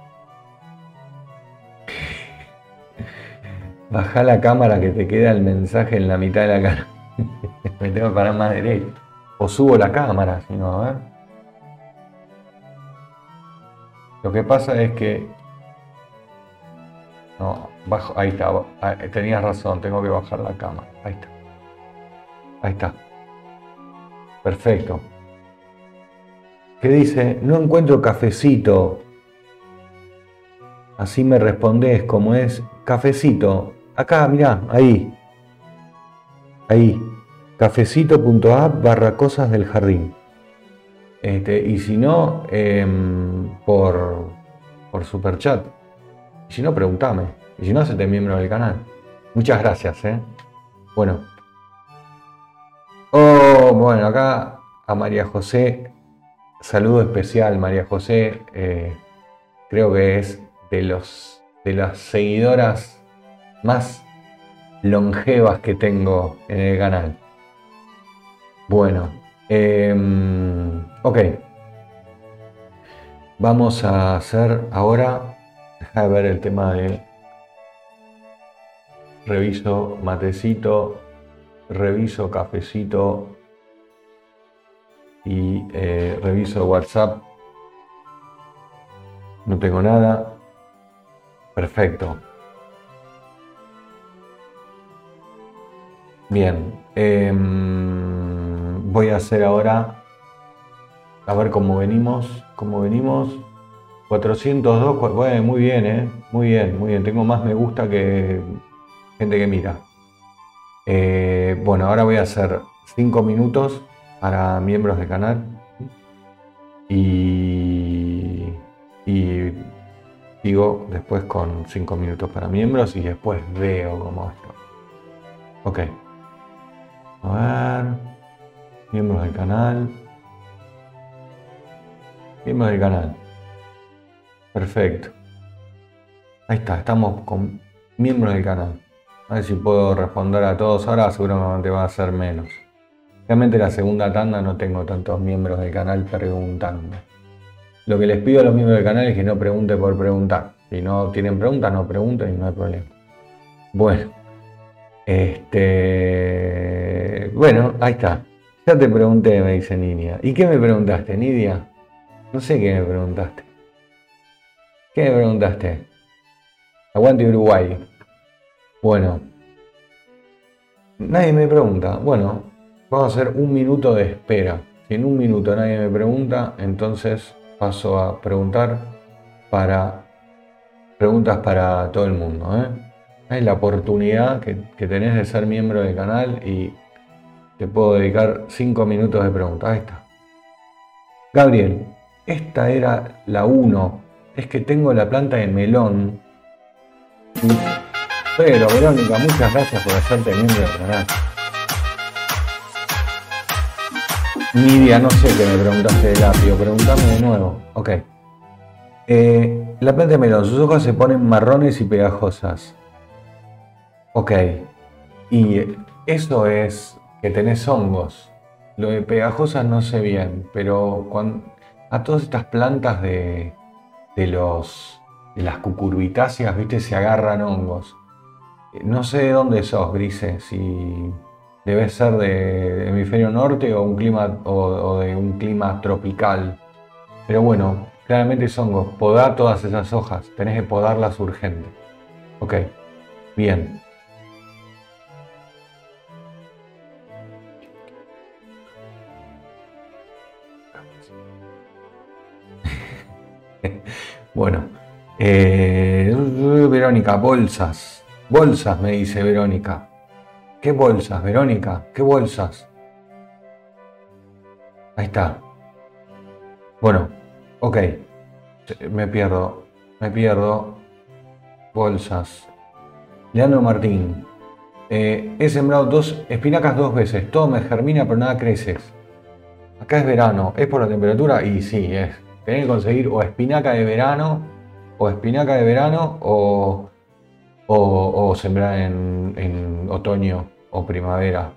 Baja la cámara que te queda el mensaje en la mitad de la cara. Me tengo que parar más derecho. O subo la cámara, si no, a ver. Lo que pasa es que... No, bajo, ahí está. Tenías razón, tengo que bajar la cámara. Ahí está. Ahí está. Perfecto. ¿Qué dice? No encuentro cafecito. Así me respondés como es cafecito. Acá, mirá, ahí. Ahí. Cafecito.app barra cosas del jardín. Este, y si no, eh, por, por superchat. Y si no, preguntame. Y si no, hacete miembro del canal. Muchas gracias, ¿eh? Bueno. Oh, bueno, acá a María José. Saludo especial, María José. Eh, creo que es de, los, de las seguidoras más longevas que tengo en el canal. Bueno, eh, ok. Vamos a hacer ahora, deja de ver el tema de reviso matecito, reviso cafecito y eh, reviso WhatsApp. No tengo nada. Perfecto. Bien. Eh, voy a hacer ahora, a ver cómo venimos. Cómo venimos. cuatrocientos dos. Bueno, muy bien, ¿eh? Muy bien, muy bien. Tengo más me gusta que gente que mira. Eh, bueno, ahora voy a hacer cinco minutos para miembros del canal. Y... y sigo después con cinco minutos para miembros y después veo cómo esto. Ok. A ver. Miembros del canal. Miembros del canal. Perfecto. Ahí está, estamos con miembros del canal. A ver si puedo responder a todos ahora, seguramente va a ser menos. Realmente la segunda tanda no tengo tantos miembros del canal preguntando. Lo que les pido a los miembros del canal es que no pregunten por preguntar. Si no tienen preguntas, no pregunten y no hay problema. Bueno. Este... Bueno, ahí está. Ya te pregunté, me dice Nidia. ¿Y qué me preguntaste, Nidia? No sé qué me preguntaste. ¿Qué me preguntaste? Aguante Uruguay. Bueno. Nadie me pregunta. Bueno, vamos a hacer un minuto de espera. Si en un minuto nadie me pregunta, entonces paso a preguntar para preguntas para todo el mundo, ¿eh? Es la oportunidad que, que tenés de ser miembro del canal y te puedo dedicar cinco minutos de preguntas. Ahí está. Gabriel, esta era la uno. Es que tengo la planta de melón. Pero, Verónica, muchas gracias por hacerte miembro del canal. Nidia, no sé qué me preguntaste del apio, preguntame de nuevo. Ok. Eh, la planta de melón, sus hojas se ponen marrones y pegajosas. Ok. Y eso es que tenés hongos. Lo de pegajosas no sé bien, pero cuando, a todas estas plantas de, de, los, de las cucurbitáceas, viste, se agarran hongos. No sé de dónde sos, Grise, si debes ser de hemisferio norte o, un clima, o, o de un clima tropical. Pero bueno, claramente son hongos. Podá todas esas hojas, tenés que podarlas urgente. Ok, bien. Bueno, eh, Verónica, bolsas. Bolsas, me dice Verónica. ¿Qué bolsas, Verónica? ¿Qué bolsas? Ahí está. Bueno, ok. Me pierdo. Me pierdo. Bolsas. Leandro Martín. Eh, he sembrado dos espinacas dos veces. Todo me germina, pero nada crece. Acá es verano. ¿Es por la temperatura? Y sí, es. Tenés que conseguir o espinaca de verano, o espinaca de verano, o, o, o sembrar en, en otoño o primavera.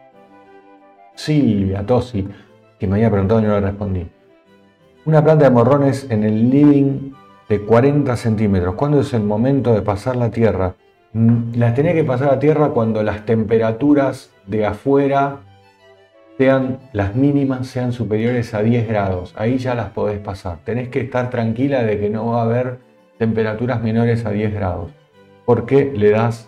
Silvia Tosi, que me había preguntado y no le respondí. Una planta de morrones en el living de cuarenta centímetros. ¿Cuándo es el momento de pasar la tierra? Las tenés que pasar a tierra cuando las temperaturas de afuera sean, las mínimas sean superiores a diez grados. Ahí ya las podés pasar. Tenés que estar tranquila de que no va a haber temperaturas menores a diez grados. Porque le das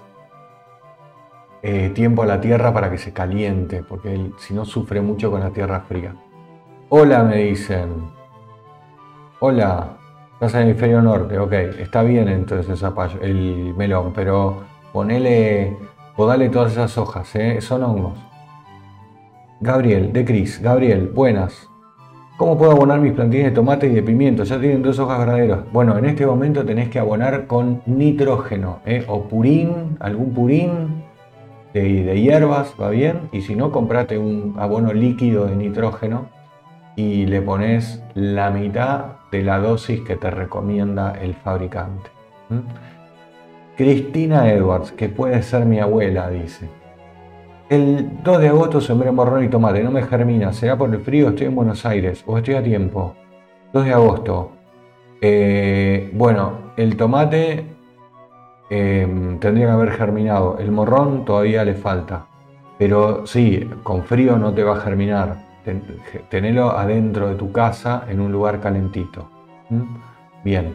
eh, tiempo a la tierra para que se caliente. Porque él, si no, sufre mucho con la tierra fría. Hola, me dicen. Hola. Estás en el hemisferio norte, ok, está bien entonces el zapallo, el melón, pero ponele, podale todas esas hojas, ¿eh? Son hongos. Gabriel, de Cris, Gabriel, buenas. ¿Cómo puedo abonar mis plantines de tomate y de pimiento? Ya tienen dos hojas verdaderas. Bueno, en este momento tenés que abonar con nitrógeno, ¿eh? O purín, algún purín de, de hierbas, va bien. Y si no, comprate un abono líquido de nitrógeno y le pones la mitad de la dosis que te recomienda el fabricante. ¿Mm? Cristina Edwards, que puede ser mi abuela, dice. El dos de agosto sembré morrón y tomate, no me germina. ¿Será por el frío? Estoy en Buenos Aires o estoy a tiempo. dos de agosto. Eh, bueno, el tomate eh, tendría que haber germinado. El morrón todavía le falta. Pero sí, con frío no te va a germinar. Tenelo adentro de tu casa en un lugar calentito. ¿Mm? Bien.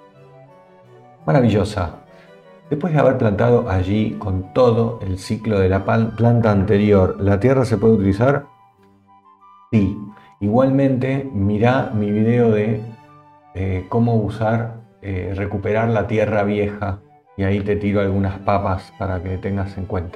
Maravillosa. Después de haber plantado allí con todo el ciclo de la planta anterior, ¿la tierra se puede utilizar? Sí. Igualmente, mirá mi video de eh, cómo usar, eh, recuperar la tierra vieja. Y ahí te tiro algunas papas para que tengas en cuenta.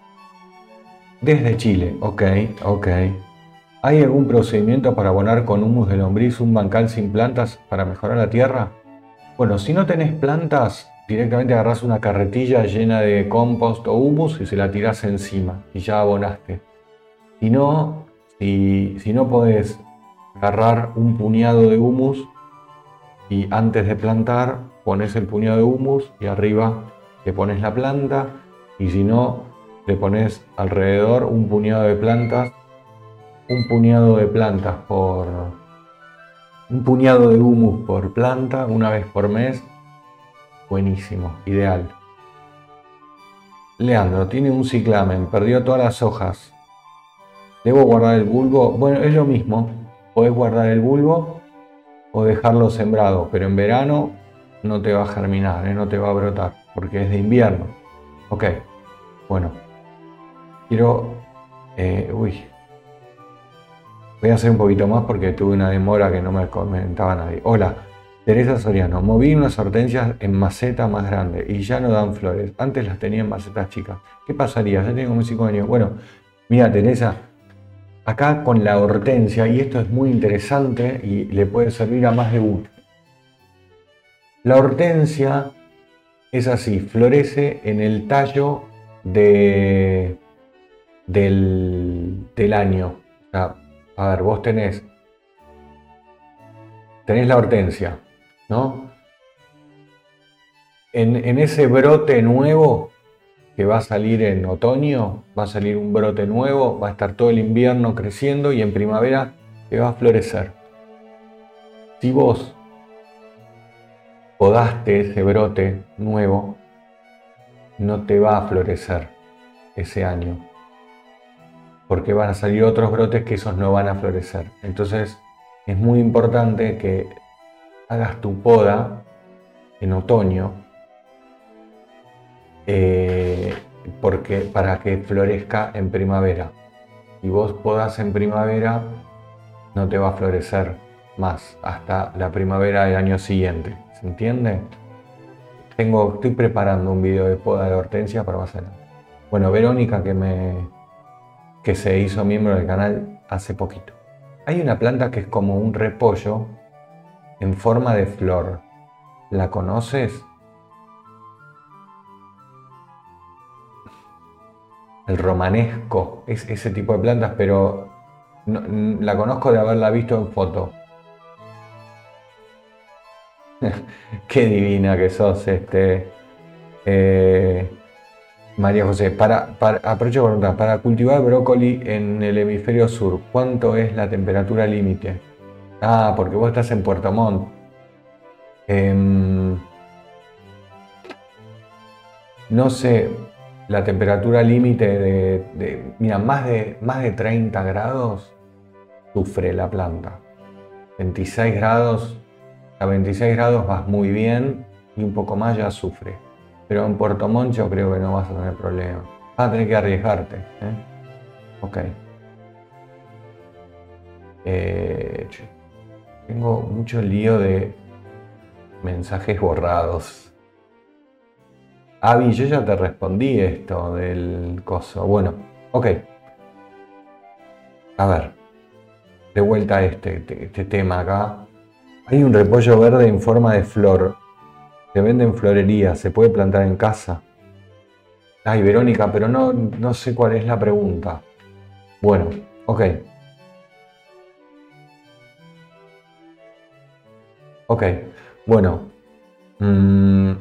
Desde Chile. Ok, ok. ¿Hay algún procedimiento para abonar con humus de lombriz un bancal sin plantas para mejorar la tierra? Bueno, si no tenés plantas, directamente agarrás una carretilla llena de compost o humus y se la tirás encima y ya abonaste. Si no, si, si no podés agarrar un puñado de humus y antes de plantar pones el puñado de humus y arriba le pones la planta, y si no, le pones alrededor un puñado de plantas. Un puñado de plantas por... Un puñado de humus por planta, una vez por mes. Buenísimo, ideal. Leandro, tiene un ciclamen, perdió todas las hojas. ¿Debo guardar el bulbo? Bueno, es lo mismo. Podés guardar el bulbo o dejarlo sembrado, pero en verano no te va a germinar, ¿eh? No te va a brotar, porque es de invierno. Ok, bueno. Quiero... Eh, uy... Voy a hacer un poquito más porque tuve una demora que no me comentaba nadie. Hola, Teresa Soriano. Moví unas hortensias en maceta más grande y ya no dan flores. Antes las tenía en macetas chicas. ¿Qué pasaría? Ya tengo como cinco años. Bueno, mira, Teresa, acá con la hortensia, y esto es muy interesante y le puede servir a más de uno. La hortensia es así, florece en el tallo de, del, del año. O sea, a ver, vos tenés, tenés la hortensia, ¿no? En, en ese brote nuevo que va a salir en otoño, va a salir un brote nuevo, va a estar todo el invierno creciendo y en primavera te va a florecer. Si vos podaste ese brote nuevo, no te va a florecer ese año, porque van a salir otros brotes que esos no van a florecer. Entonces es muy importante que hagas tu poda en otoño, eh, porque, para que florezca en primavera. Si vos podás en primavera, no te va a florecer más hasta la primavera del año siguiente. ¿Se entiende? tengo, estoy preparando un video de poda de hortensia para más adelante. Bueno, Verónica que me que se hizo miembro del canal hace poquito. Hay una planta que es como un repollo en forma de flor. ¿La conoces? El romanesco, es ese tipo de plantas, pero no, la conozco de haberla visto en foto. Qué divina que sos, este, eh, María José. Para, para, aprovecho para preguntar, para cultivar brócoli en el hemisferio sur, ¿cuánto es la temperatura límite? Ah, porque vos estás en Puerto Montt. Eh, no sé, la temperatura límite de, de, mira, más de, más de treinta grados sufre la planta. veintiséis grados, a veintiséis grados vas muy bien y un poco más ya sufre. Pero en Puerto Montt yo creo que no vas a tener problemas. Vas a tener que arriesgarte. ¿eh? Ok. Eh, tengo mucho lío de mensajes borrados. Avi, yo ya te respondí esto del coso. Bueno, ok. A ver. De vuelta a este, este, este tema acá. Hay un repollo verde en forma de flor. Se vende en florería. ¿Se puede plantar en casa? Ay, Verónica, pero no, no sé cuál es la pregunta. Bueno, ok. Ok, bueno. Mmm,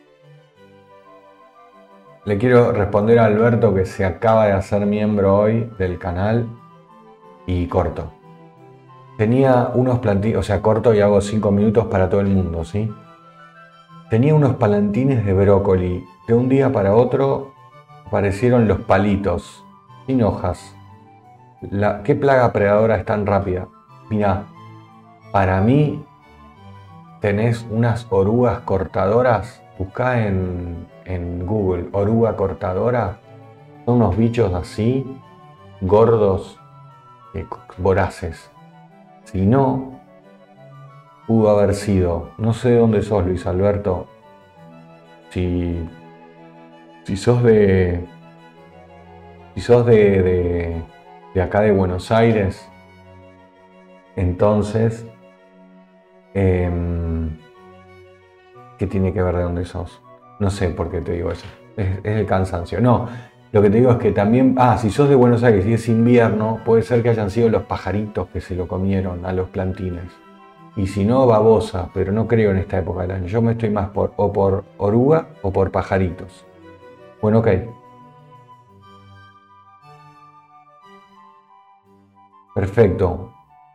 le quiero responder a Alberto que se acaba de hacer miembro hoy del canal y corto. Tenía unos plantines, o sea, corto y hago cinco minutos para todo el mundo, ¿sí? Tenía unos palantines de brócoli. De un día para otro aparecieron los palitos, sin hojas. La, ¿Qué plaga predadora es tan rápida? Mira, para mí tenés unas orugas cortadoras. Buscá en, en Google, oruga cortadora. Son unos bichos así, gordos, eh, voraces. Si no, pudo haber sido, no sé de dónde sos, Luis Alberto, si, si sos de, si sos de, de, de acá de Buenos Aires, entonces, eh, ¿qué tiene que ver de dónde sos? No sé por qué te digo eso, es, es el cansancio. No, lo que te digo es que también, ah, si sos de Buenos Aires y es invierno, puede ser que hayan sido los pajaritos que se lo comieron a los plantines. Y si no, babosa, pero no creo en esta época del año. Yo me estoy más por o por oruga o por pajaritos. Bueno, ok. Perfecto.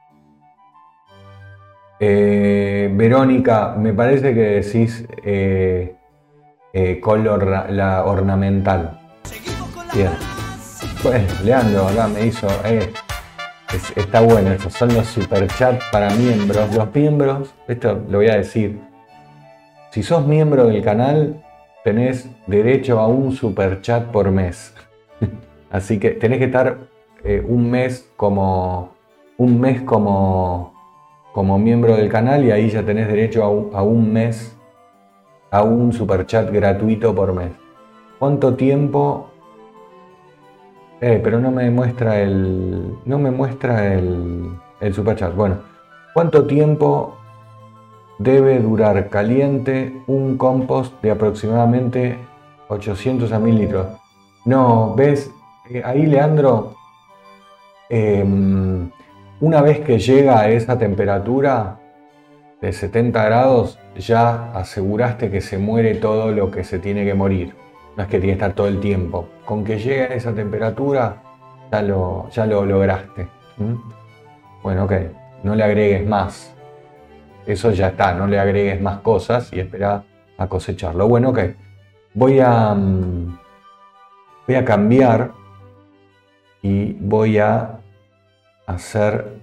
Eh, Verónica, me parece que decís eh, eh, color la ornamental. Bien. Bueno, Leandro acá me hizo... Eh, Es, está bueno, estos son los superchats para miembros. Los miembros, esto lo voy a decir, si sos miembro del canal, tenés derecho a un superchat por mes. Así que tenés que estar eh, un mes como un mes como, como miembro del canal y ahí ya tenés derecho a un, a un mes, a un superchat gratuito por mes. ¿Cuánto tiempo? Eh, pero no me muestra el. No me muestra el, el superchat. Bueno, ¿cuánto tiempo debe durar caliente un compost de aproximadamente ochocientos a mil litros? No, ¿ves? Eh, ahí, Leandro, eh, una vez que llega a esa temperatura de setenta grados, ya aseguraste que se muere todo lo que se tiene que morir. No es que tiene que estar todo el tiempo. Con que llegue a esa temperatura, ya lo, ya lo lograste. ¿Mm? Bueno, ok. No le agregues más. Eso ya está. No le agregues más cosas y espera a cosecharlo. Bueno, ok. Voy a, um, voy a cambiar y voy a hacer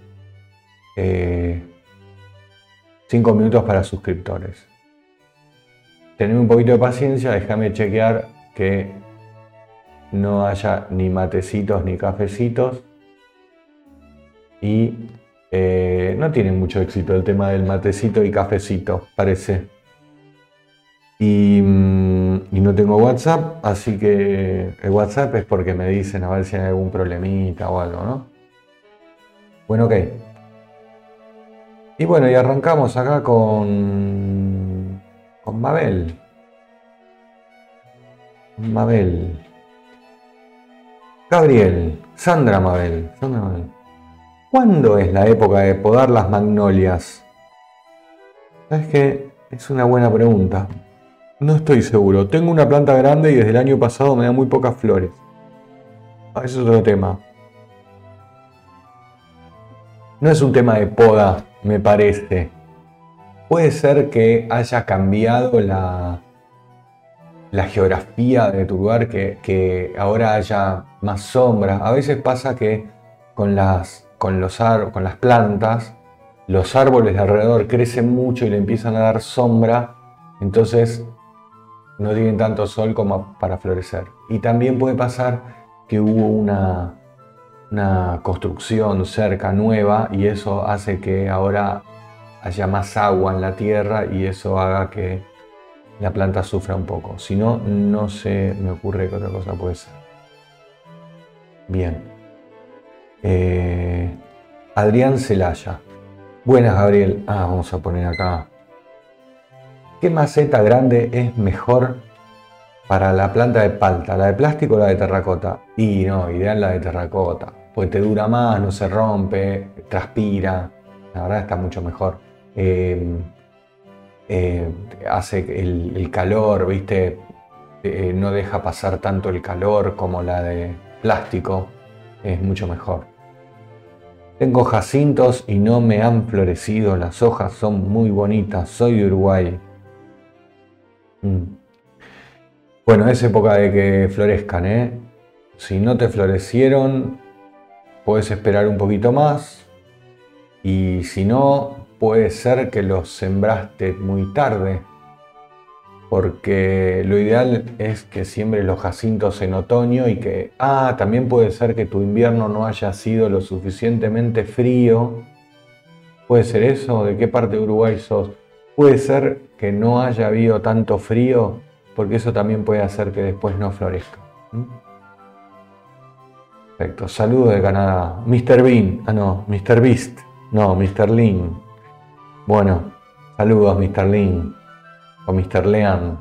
cinco eh, minutos para suscriptores. Tened un poquito de paciencia. Déjame chequear que no haya ni matecitos ni cafecitos y eh, no tiene mucho éxito el tema del matecito y cafecito, parece. Y, y no tengo WhatsApp, así que el WhatsApp es porque me dicen a ver si hay algún problemita o algo, ¿no? Bueno, ok. Y bueno, y arrancamos acá con, con Mabel. Mabel. Gabriel. Sandra Mabel. Sandra Mabel. ¿Cuándo es la época de podar las magnolias? ¿Sabes qué? Es una buena pregunta. No estoy seguro. Tengo una planta grande y desde el año pasado me da muy pocas flores. Ah, eso es otro tema. No es un tema de poda, me parece. Puede ser que haya cambiado la, la geografía de tu lugar, que, que ahora haya más sombra. A veces pasa que con las, con, los ar, con las plantas, los árboles de alrededor crecen mucho y le empiezan a dar sombra, entonces no tienen tanto sol como para florecer. Y también puede pasar que hubo una, una construcción cerca nueva y eso hace que ahora haya más agua en la tierra y eso haga que la planta sufra un poco. Si no, no se me ocurre que otra cosa puede ser. Bien. Eh, Adrián Celaya. Buenas, Gabriel. Ah, vamos a poner acá. ¿Qué maceta grande es mejor para la planta de palta? ¿La de plástico o la de terracota? Y no, ideal la de terracota, porque te dura más, no se rompe, transpira. La verdad está mucho mejor. Eh, eh, hace el, el calor, ¿viste? Eh, no deja pasar tanto el calor como la de plástico. Es mucho mejor. Tengo jacintos y no me han florecido. Las hojas son muy bonitas. Soy de Uruguay. Mm. Bueno, es época de que florezcan, ¿eh? Si no te florecieron, puedes esperar un poquito más. Y si no, puede ser que los sembraste muy tarde. Porque lo ideal es que siembres los jacintos en otoño y que... Ah, también puede ser que tu invierno no haya sido lo suficientemente frío. ¿Puede ser eso? ¿De qué parte de Uruguay sos? Puede ser que no haya habido tanto frío, porque eso también puede hacer que después no florezca. ¿Mm? Perfecto. Saludos de Canadá. mister Bean. Ah, no. mister Beast. No, mister Lean. Bueno, saludos, mister Lean. O mister Lean.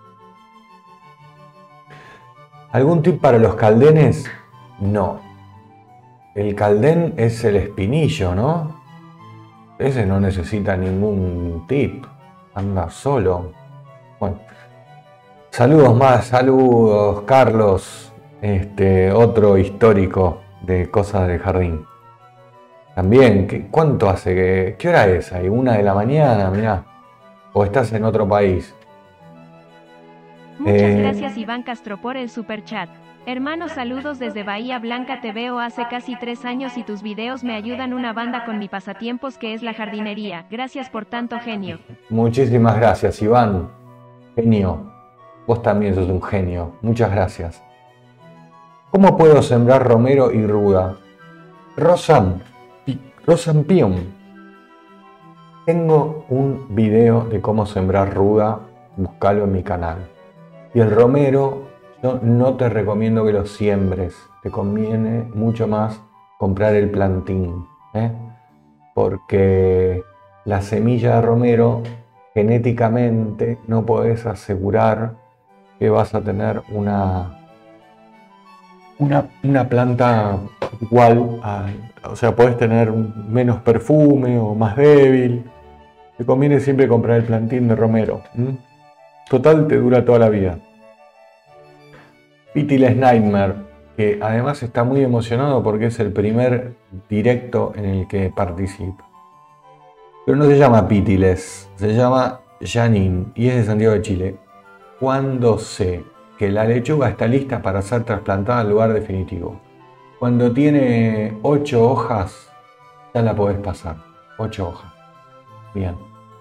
¿Algún tip para los caldenes? No. El caldén es el espinillo, ¿no? Ese no necesita ningún tip. Anda solo. Bueno. Saludos más, saludos, Carlos. Este, otro histórico de cosas del jardín. También, ¿qué, ¿cuánto hace que... ¿Qué hora es ahí? ¿Una de la mañana? Mirá. ¿O estás en otro país? Muchas Eh, gracias Iván Castro por el superchat. Hermanos, saludos desde Bahía Blanca. Te veo hace casi tres años y tus videos me ayudan una banda con mi pasatiempos que es la jardinería. Gracias por tanto, genio. Muchísimas gracias, Iván. Genio. Vos también sos un genio. Muchas gracias. ¿Cómo puedo sembrar romero y ruda? Rosan, Rosampion. Tengo un video de cómo sembrar ruda. Búscalo en mi canal. Y el romero, yo no te recomiendo que lo siembres. Te conviene mucho más comprar el plantín. ¿eh? Porque la semilla de romero, genéticamente, no podés asegurar que vas a tener una, una, una planta igual. A, o sea, podés tener menos perfume o más débil. Te conviene siempre comprar el plantín de romero. ¿Mm? Total, te dura toda la vida. Pitiless Nightmare, que además está muy emocionado porque es el primer directo en el que participa. Pero no se llama Pitiless, se llama Janine y es de Santiago de Chile. Cuando sé que la lechuga está lista para ser trasplantada al lugar definitivo. Cuando tiene ocho hojas, ya la podés pasar. Ocho hojas. Bien.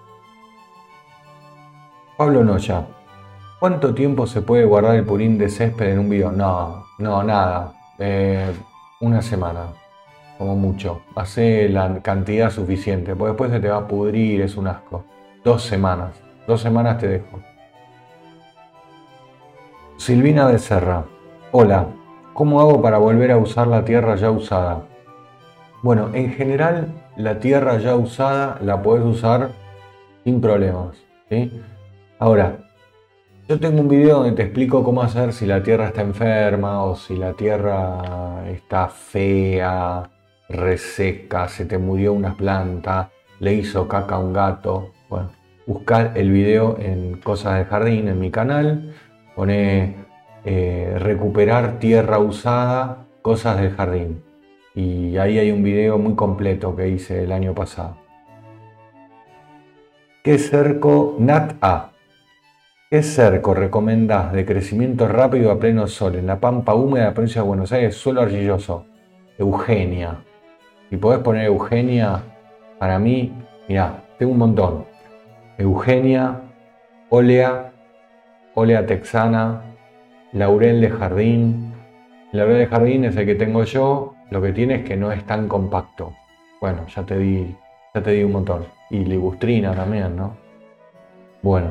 Pablo Noya. ¿Cuánto tiempo se puede guardar el purín de césped en un bidón? No, no, nada. Eh, una semana, como mucho. Hacé la cantidad suficiente, porque después se te va a pudrir, es un asco. Dos semanas. Dos semanas te dejo. Silvina Becerra. Hola, ¿cómo hago para volver a usar la tierra ya usada? Bueno, en general la tierra ya usada la podés usar sin problemas, ¿sí? Ahora, yo tengo un video donde te explico cómo hacer si la tierra está enferma o si la tierra está fea, reseca, se te murió una planta, le hizo caca a un gato. Bueno, buscá el video en Cosas del Jardín en mi canal, poné eh, recuperar tierra usada, Cosas del Jardín. Y ahí hay un video muy completo que hice el año pasado. ¿Qué cerco Nat A? ¿Qué cerco recomendás de crecimiento rápido a pleno sol en la pampa húmeda de la provincia de Buenos Aires, suelo arcilloso? Eugenia. Si podés poner Eugenia, para mí, mirá, tengo un montón. Eugenia, Olea, Olea texana, Laurel de jardín. El laurel de jardín es el que tengo yo, lo que tiene es que no es tan compacto. Bueno, ya te di, ya te di un montón. Y ligustrina también, ¿no? Bueno.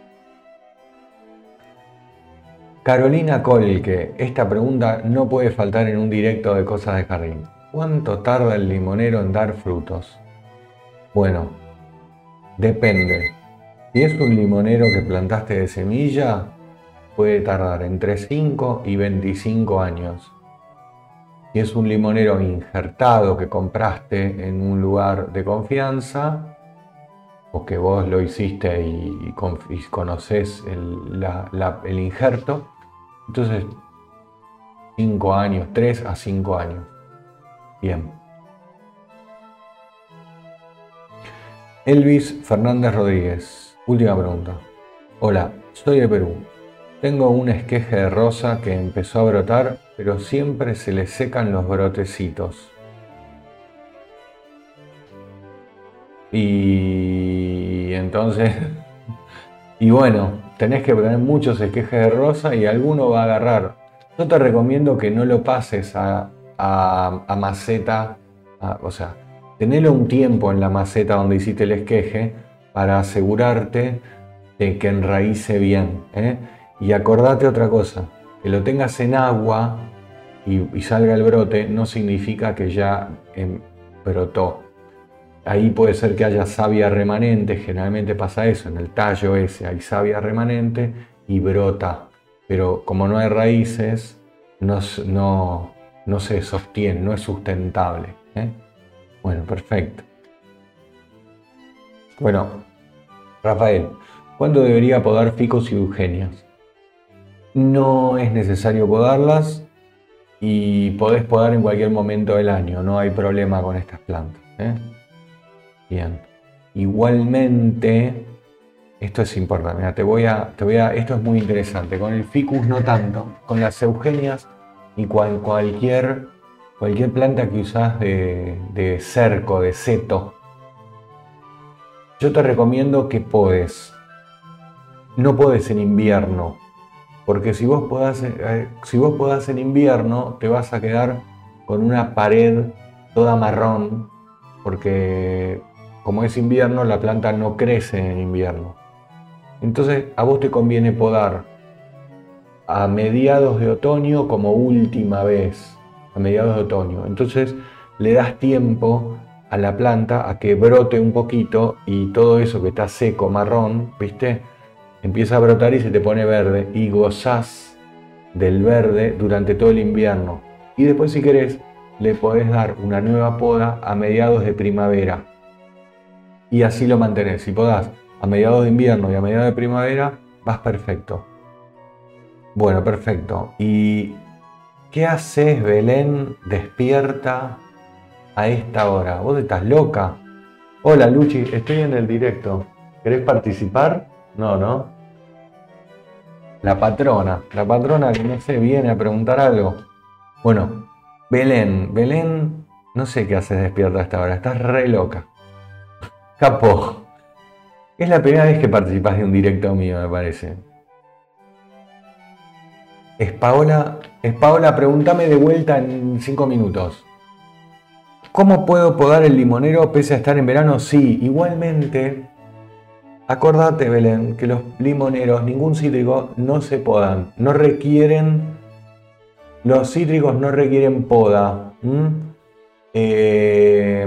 Carolina Colque, esta pregunta no puede faltar en un directo de Cosas de Jardín. ¿Cuánto tarda el limonero en dar frutos? Bueno, depende. Si es un limonero que plantaste de semilla, puede tardar entre cinco y veinticinco años. Si es un limonero injertado que compraste en un lugar de confianza, o que vos lo hiciste y, y, y conocés el, la, la, el injerto, entonces cinco años, tres a cinco años. Bien. Elvis Fernández Rodríguez, última pregunta. Hola, soy de Perú. Tengo un esqueje de rosa que empezó a brotar, pero siempre se le secan los brotecitos. Y entonces, y bueno, tenés que tener muchos esquejes de rosa y alguno va a agarrar. Yo te recomiendo que no lo pases a, a, a maceta, a, o sea, tenelo un tiempo en la maceta donde hiciste el esqueje para asegurarte de que enraíce bien, ¿eh? Y acordate otra cosa, que lo tengas en agua y, y salga el brote no significa que ya eh, brotó. Ahí puede ser que haya savia remanente, generalmente pasa eso, en el tallo ese hay savia remanente y brota, pero como no hay raíces, no, no, no se sostiene, no es sustentable, ¿eh? Bueno, perfecto. Bueno, Rafael, ¿cuándo debería podar ficus y eugenias? No es necesario podarlas y podés podar en cualquier momento del año, no hay problema con estas plantas, ¿eh? Bien. Igualmente, esto es importante, mira, te voy a, te voy a, esto es muy interesante, con el ficus no tanto, con las eugenias y cual, cualquier, cualquier planta que usás de, de cerco, de seto, yo te recomiendo que podes. No podes en invierno, porque si vos podás, eh, si vos podás en invierno, te vas a quedar con una pared toda marrón, porque como es invierno, la planta no crece en invierno. Entonces, a vos te conviene podar a mediados de otoño como última vez, a mediados de otoño. Entonces, le das tiempo a la planta a que brote un poquito y todo eso que está seco, marrón, ¿viste? Empieza a brotar y se te pone verde y gozás del verde durante todo el invierno. Y después, si querés, le podés dar una nueva poda a mediados de primavera. Y así lo mantenés. Si podás a mediados de invierno y a mediados de primavera, vas perfecto. Bueno, perfecto. ¿Y qué haces, Belén, despierta a esta hora? ¿Vos estás loca? Hola, Luchi, estoy en el directo. ¿Querés participar? No, ¿no? La patrona, la patrona que no sé, viene a preguntar algo. Bueno, Belén, Belén, no sé qué haces despierta a esta hora, estás re loca. Capo, es la primera vez que participás de un directo mío, me parece. Es Paola, es Paola, pregúntame de vuelta en cinco minutos. ¿Cómo puedo podar el limonero pese a estar en verano? Sí, igualmente Acordate, Belén, que los limoneros, ningún cítrico, no se podan. No requieren, los cítricos no requieren poda. ¿Mm? Eh,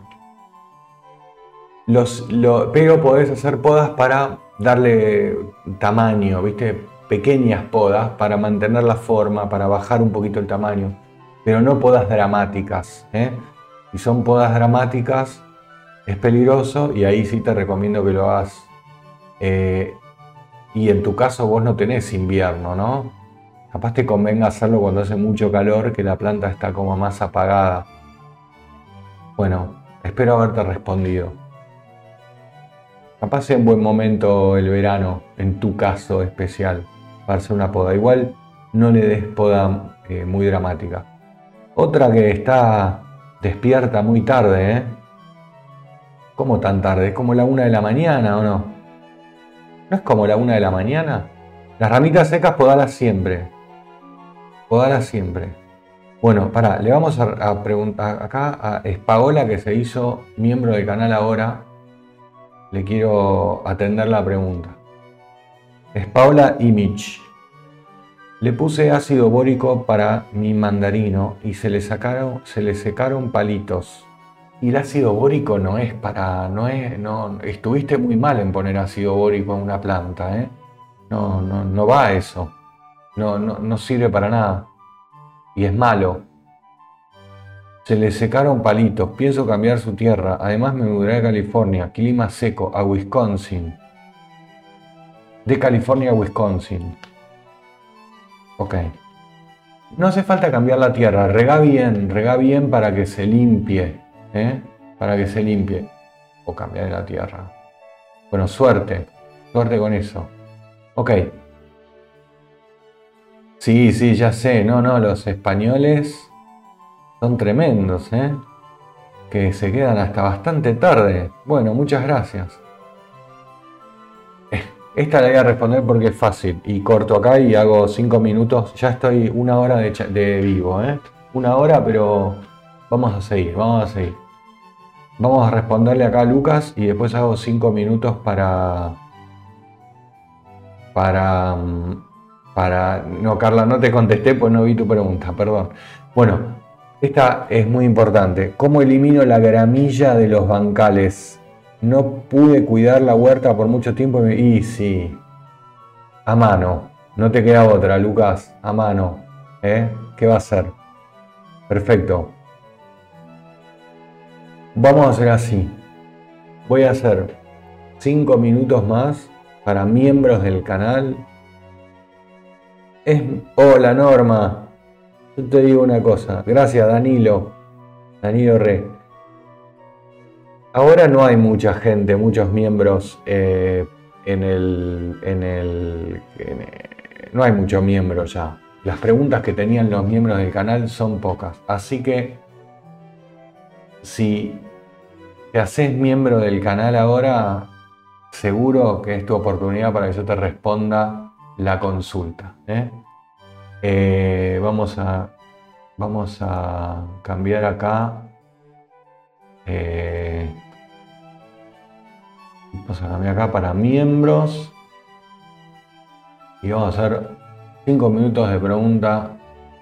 los, lo, pero podés hacer podas para darle tamaño, ¿viste? Pequeñas podas para mantener la forma, para bajar un poquito el tamaño. Pero no podas dramáticas. ¿eh? Si son podas dramáticas, es peligroso y ahí sí te recomiendo que lo hagas. Eh, y en tu caso vos no tenés invierno, ¿no? Capaz te convenga hacerlo cuando hace mucho calor, que la planta está como más apagada. Bueno, espero haberte respondido. Capaz sea un buen momento el verano, en tu caso especial, para hacer una poda. Igual no le des poda eh, muy dramática. Otra que está despierta muy tarde, ¿eh? ¿Cómo tan tarde? ¿Es como la una de la mañana o no? ¿No es como la una de la mañana? Las ramitas secas podalas siempre. Podalas siempre. Bueno, pará, le vamos a, a preguntar acá a Espaola, que se hizo miembro del canal ahora. Le quiero atender la pregunta. Espaola Imich. Le puse ácido bórico para mi mandarino y se le sacaron, se le secaron palitos. Y el ácido bórico no es para, no es, no, estuviste muy mal en poner ácido bórico en una planta, ¿eh? No, no, no va eso. No, no, no sirve para nada. Y es malo. Se le secaron palitos. Pienso cambiar su tierra. Además me mudaré a California. Clima seco. A Wisconsin. De California a Wisconsin. Ok. No hace falta cambiar la tierra. Rega bien. Rega bien para que se limpie. ¿eh? Para que se limpie. O cambiar la tierra. Bueno, suerte. Suerte con eso. Ok. Sí, sí, ya sé. No, no, los españoles son tremendos, ¿eh? Que se quedan hasta bastante tarde. Bueno, muchas gracias. Esta la voy a responder porque es fácil. Y corto acá y hago cinco minutos. Ya estoy una hora de, de vivo, ¿eh? Una hora, pero vamos a seguir, vamos a seguir. Vamos a responderle acá a Lucas y después hago cinco minutos para... Para... Para... No, Carla, no te contesté pues no vi tu pregunta, perdón. Bueno, esta es muy importante. ¿Cómo elimino la gramilla de los bancales? No pude cuidar la huerta por mucho tiempo y sí, a mano. No te queda otra, Lucas, a mano. ¿eh? ¿Qué va a hacer? Perfecto. Vamos a hacer así. Voy a hacer cinco minutos más para miembros del canal. Es... Hola, Norma. Yo te digo una cosa. Gracias, Danilo. Danilo Re. Ahora no hay mucha gente, muchos miembros eh, en, el, en, el, en el... No hay muchos miembros ya. Las preguntas que tenían los miembros del canal son pocas. Así que si te haces miembro del canal ahora, seguro que es tu oportunidad para que yo te responda la consulta. ¿eh? Eh, vamos, a, vamos a cambiar acá. Eh, vamos a cambiar acá para miembros y vamos a hacer cinco minutos de pregunta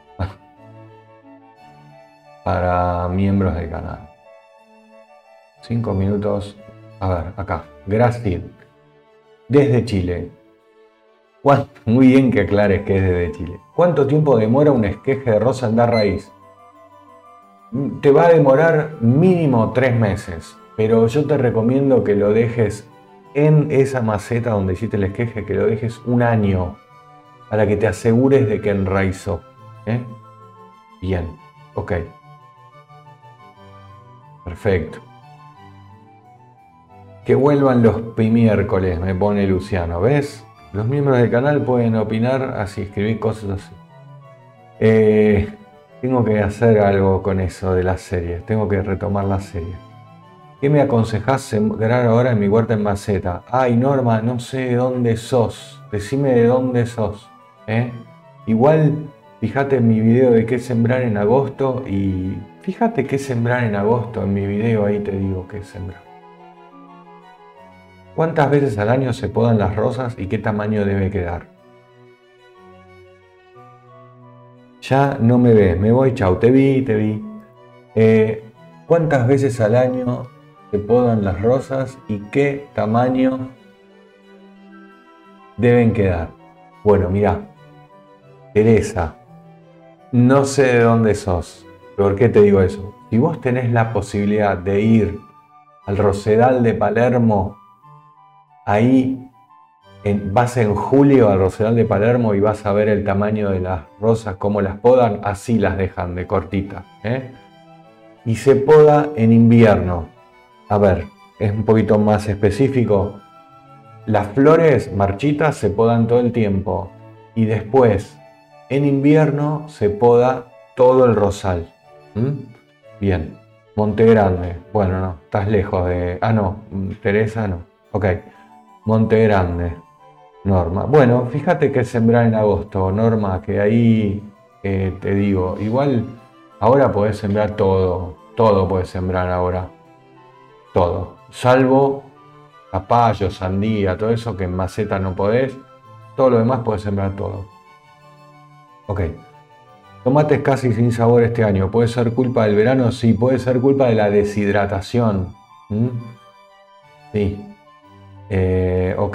para miembros del canal. cinco minutos. A ver, acá. Gracias. Desde Chile. Muy bien que aclares que es desde Chile. ¿Cuánto tiempo demora un esqueje de rosa en dar raíz? Te va a demorar mínimo tres meses, pero yo te recomiendo que lo dejes en esa maceta donde hiciste el esqueje, que lo dejes un año para que te asegures de que enraizó. ¿eh? Bien, ok. Perfecto. Que vuelvan los miércoles, me pone Luciano, ¿ves? Los miembros del canal pueden opinar así, escribir cosas así. Eh... Tengo que hacer algo con eso de las series. Tengo que retomar la serie. ¿Qué me aconsejás sembrar ahora en mi huerta en maceta? Ay, Norma, no sé de dónde sos. Decime de dónde sos. ¿eh? Igual, fíjate en mi video de qué sembrar en agosto. Y fíjate qué sembrar en agosto. En mi video ahí te digo qué sembrar. ¿Cuántas veces al año se podan las rosas y qué tamaño debe quedar? Ya no me ves, me voy, chau, te vi, te vi. Eh, ¿Cuántas veces al año se podan las rosas y qué tamaño deben quedar? Bueno, mirá, Teresa, no sé de dónde sos. ¿Por qué te digo eso? Si vos tenés la posibilidad de ir al Rosedal de Palermo, ahí en, vas en julio al Rosedal de Palermo y vas a ver el tamaño de las rosas, cómo las podan, así las dejan de cortita, ¿eh? Y se poda en invierno. A ver, es un poquito más específico. Las flores marchitas se podan todo el tiempo y después en invierno se poda todo el rosal. ¿Mm? Bien, Monte Grande. Bueno, no, estás lejos de... Ah, no, Teresa no. Ok, Monte Grande. Norma. Bueno, fíjate que sembrar en agosto, Norma, que ahí eh, te digo, igual ahora podés sembrar todo, todo podés sembrar ahora. Todo, salvo zapallo, sandía, todo eso que en maceta no podés, todo lo demás podés sembrar todo. Ok. Tomates casi sin sabor este año. ¿Puede ser culpa del verano? Sí, puede ser culpa de la deshidratación. ¿Mm? Sí. Eh, ok.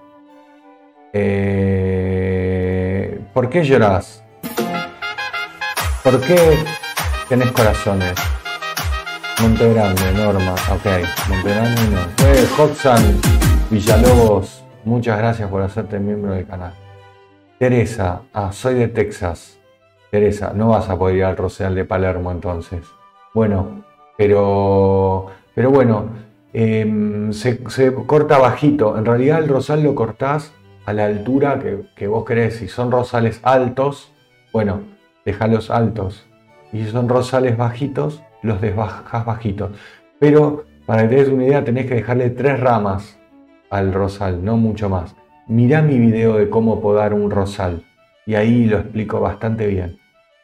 Eh, ¿Por qué llorás? ¿Por qué tenés corazones? Monte Grande, Norma. Ok, Monte Grande no. Eh, Hoxan Villalobos, muchas gracias por hacerte miembro del canal. Teresa, ah, soy de Texas. Teresa, no vas a poder ir al Rosedal de Palermo entonces. Bueno, pero, pero bueno, eh, se, se corta bajito. En realidad el rosal lo cortás a la altura que, que vos querés. Si son rosales altos, bueno, déjalos altos. Y si son rosales bajitos, los desbajas bajitos. Pero para que te des una idea, tenés que dejarle tres ramas al rosal, no mucho más. Mirá mi video de cómo podar un rosal y ahí lo explico bastante bien.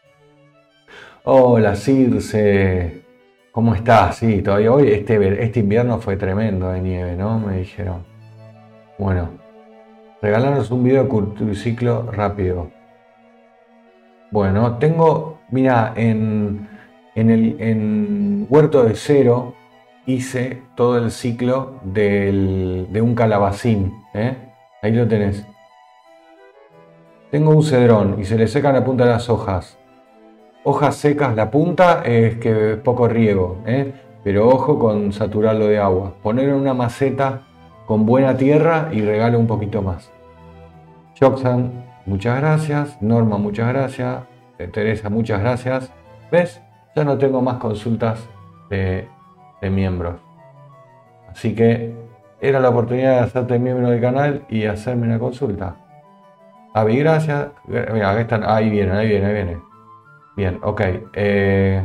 Hola Circe, ¿cómo estás? Sí, todavía hoy, este, este invierno fue tremendo de nieve, ¿no? Me dijeron. Bueno, regalarnos un video de curticiclo rápido. Bueno, tengo, mira, en, en el en Huerto de Cero hice todo el ciclo del, de un calabacín, ¿eh? Ahí lo tenés. Tengo un cedrón y se le seca la punta de las hojas. Hojas secas, la punta es que es poco riego, ¿eh? Pero ojo con saturarlo de agua. Ponerlo en una maceta con buena tierra y regalo un poquito más. Joxan, muchas gracias. Norma, muchas gracias. Teresa, muchas gracias. ¿Ves? Ya no tengo más consultas de, de miembros. Así que era la oportunidad de hacerte miembro del canal y hacerme una consulta. Avi, gracias. Mira, acá están. Ahí vienen, ahí viene, ahí viene. Bien, ok. Eh...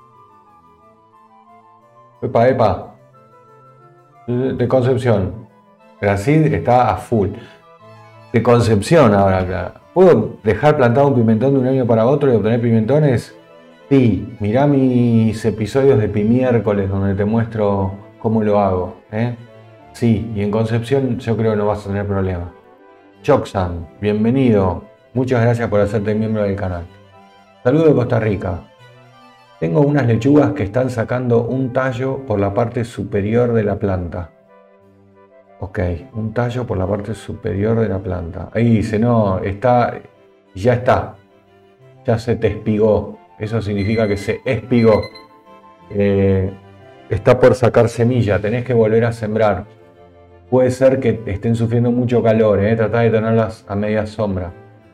Epa, epa. De Concepción. Brasil está a full. De Concepción ahora, claro. ¿Puedo dejar plantado un pimentón de un año para otro y obtener pimentones? Sí, mirá mis episodios de Pimiércoles donde te muestro cómo lo hago, ¿eh? Sí, y en Concepción yo creo que no vas a tener problema. Joxan, bienvenido. Muchas gracias por hacerte miembro del canal. Saludos de Costa Rica. Tengo unas lechugas que están sacando un tallo por la parte superior de la planta. Ok, un tallo por la parte superior de la planta. Ahí dice, no, está, ya está. Ya se te espigó. Eso significa que se espigó. Eh, está por sacar semilla, tenés que volver a sembrar. Puede ser que estén sufriendo mucho calor, ¿eh? Tratá de tenerlas a media sombra.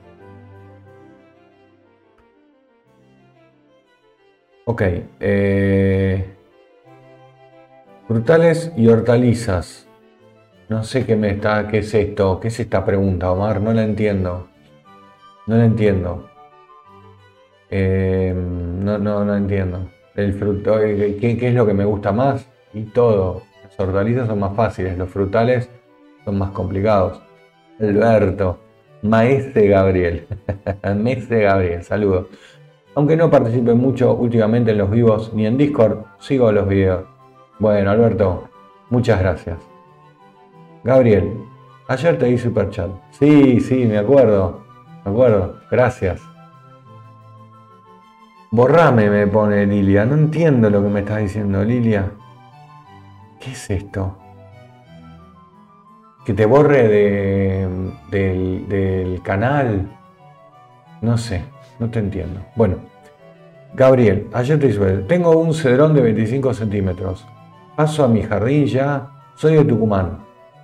Ok. Eh, frutales y hortalizas. No sé qué me está, qué es esto, qué es esta pregunta, Omar, no la entiendo. No la entiendo. Eh, no, no, no entiendo. El fruto, ¿qué, qué es lo que me gusta más? Y todo. Las hortalizas son más fáciles, los frutales son más complicados. Alberto, Maestre Gabriel. Maestre Gabriel, saludos. Aunque no participe mucho últimamente en los vivos ni en Discord, sigo los videos. Bueno, Alberto, muchas gracias. Gabriel, ayer te di superchat. Sí, sí, me acuerdo. Me acuerdo. Gracias. Borrame, me pone Lilia. No entiendo lo que me estás diciendo, Lilia. ¿Qué es esto? Que te borre de, del, del canal. No sé, no te entiendo. Bueno, Gabriel, ayer te hice. Tengo un cedrón de veinticinco centímetros. Paso a mi jardín ya. Soy de Tucumán.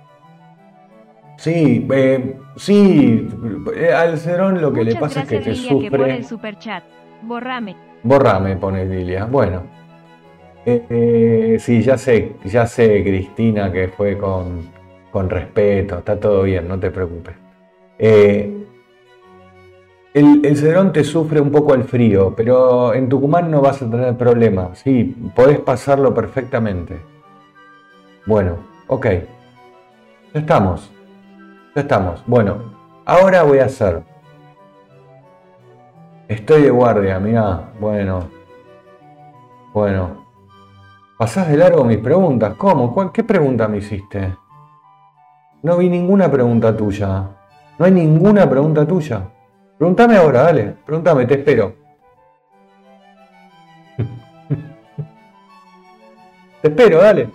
Sí, eh, sí. eh, Al cedrón lo que Muchas le pasa es que te gracias, Lilia, que por sufre. el superchat. Borrame. Borrame, pone Lilia. Bueno. Eh, eh, sí, ya sé, ya sé, Cristina, que fue con, con respeto. Está todo bien, no te preocupes. Eh, el, el cedrón te sufre un poco el frío, pero en Tucumán no vas a tener problema. Sí, podés pasarlo perfectamente. Bueno, ok. Ya estamos. Ya estamos. Bueno, ahora voy a hacer. Estoy de guardia, mirá. Bueno. Bueno. ¿Pasás de largo mis preguntas? ¿Cómo? ¿Cuál- ¿Qué pregunta me hiciste? No vi ninguna pregunta tuya. No hay ninguna pregunta tuya. Pregúntame ahora, dale. Pregúntame, te espero. Te espero, dale.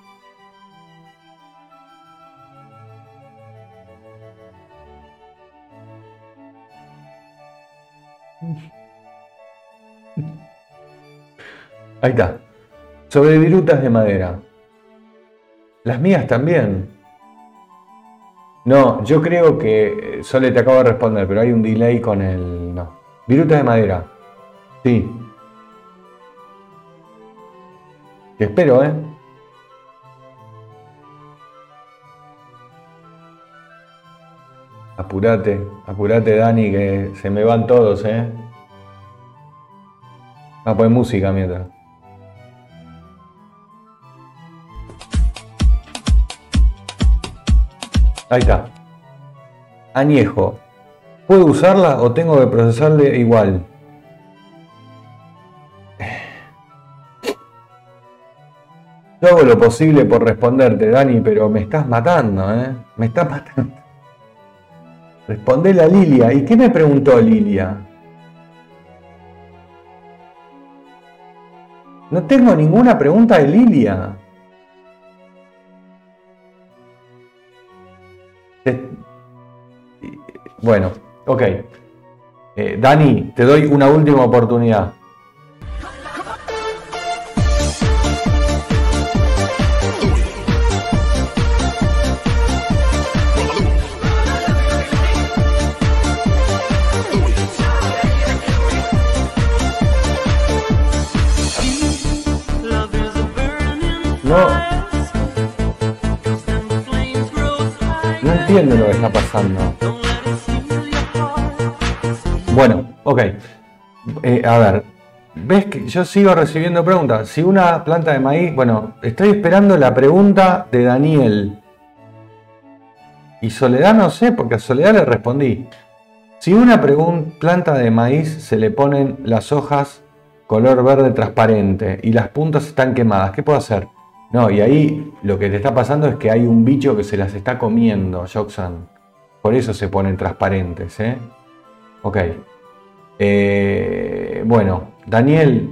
Ahí está. Sobre virutas de madera. Las mías también. No, yo creo que Sole te acabo de responder, pero hay un delay con el. No. Virutas de madera. Sí. Te espero, ¿eh? Apurate, apurate, Dani, que se me van todos, ¿eh? Ah, pues música mientras. Ahí está. Añejo. ¿Puedo usarla o tengo que procesarle igual? Yo hago lo posible por responderte, Dani, pero me estás matando, ¿eh? Me estás matando. Respondele a Lilia. ¿Y qué me preguntó Lilia? No tengo ninguna pregunta de Lilia. Bueno, ok. Eh, Dani, te doy una última oportunidad. No, no entiendo lo que está pasando. Bueno, ok. Eh, a ver, ves que yo sigo recibiendo preguntas. Si una planta de maíz, bueno, estoy esperando la pregunta de Daniel. Y Soledad no sé, porque a Soledad le respondí. Si una planta de maíz se le ponen las hojas color verde transparente y las puntas están quemadas, ¿qué puedo hacer? No, y ahí lo que te está pasando es que hay un bicho que se las está comiendo, Joxan. Por eso se ponen transparentes, ¿eh? Ok. Eh, bueno, Daniel.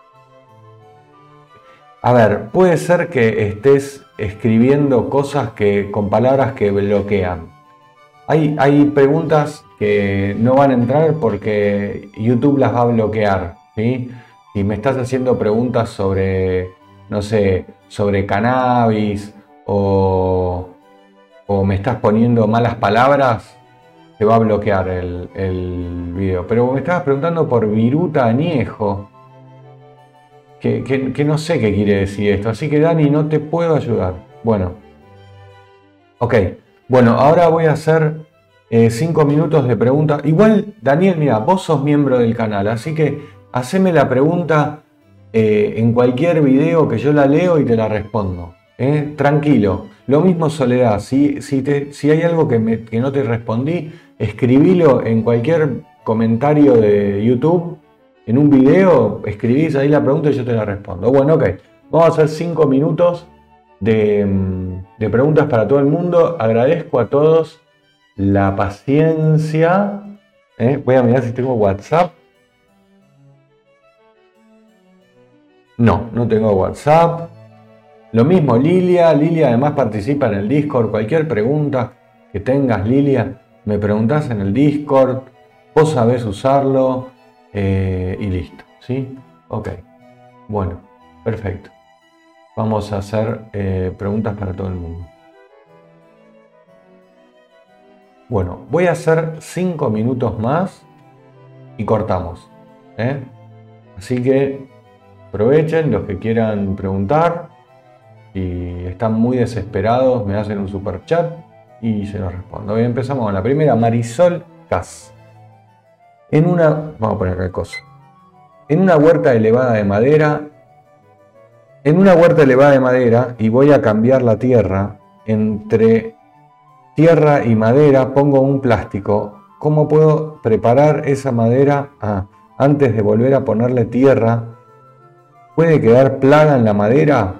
A ver, puede ser que estés escribiendo cosas que, con palabras que bloquean. Hay, hay preguntas que no van a entrar porque YouTube las va a bloquear, ¿sí? Si me estás haciendo preguntas sobre, no sé, sobre cannabis o, o me estás poniendo malas palabras, te va a bloquear el, el video. Pero me estabas preguntando por viruta añejo, que, que, que no sé qué quiere decir esto. Así que Dani, no te puedo ayudar. Bueno, ok. Bueno, ahora voy a hacer cinco minutos de preguntas. Igual, Daniel, mira, vos sos miembro del canal, así que haceme la pregunta eh, en cualquier video que yo la leo y te la respondo. ¿eh? Tranquilo. Lo mismo Soledad, si, si, te, si hay algo que, me, que no te respondí, escribilo en cualquier comentario de YouTube, en un video, escribís ahí la pregunta y yo te la respondo. Bueno, ok. Vamos a hacer cinco minutos de, de preguntas para todo el mundo. Agradezco a todos la paciencia. ¿Eh? Voy a mirar si tengo WhatsApp. No, no tengo WhatsApp. Lo mismo Lilia. Lilia además participa en el Discord. Cualquier pregunta que tengas, Lilia, me preguntás en el Discord. Vos sabés usarlo. Eh, y listo. ¿Sí? Ok. Bueno, perfecto. Vamos a hacer eh, preguntas para todo el mundo. Bueno, voy a hacer cinco minutos más y cortamos. ¿eh? Así que aprovechen los que quieran preguntar. Y están muy desesperados, me hacen un super chat y se los respondo. Hoy empezamos con la primera, Marisol Cas. En una, vamos a poner acá cosa. En una huerta elevada de madera, en una huerta elevada de madera y voy a cambiar la tierra, entre tierra y madera pongo un plástico. ¿Cómo puedo preparar esa madera ah, antes de volver a ponerle tierra? ¿Puede quedar plaga en la madera?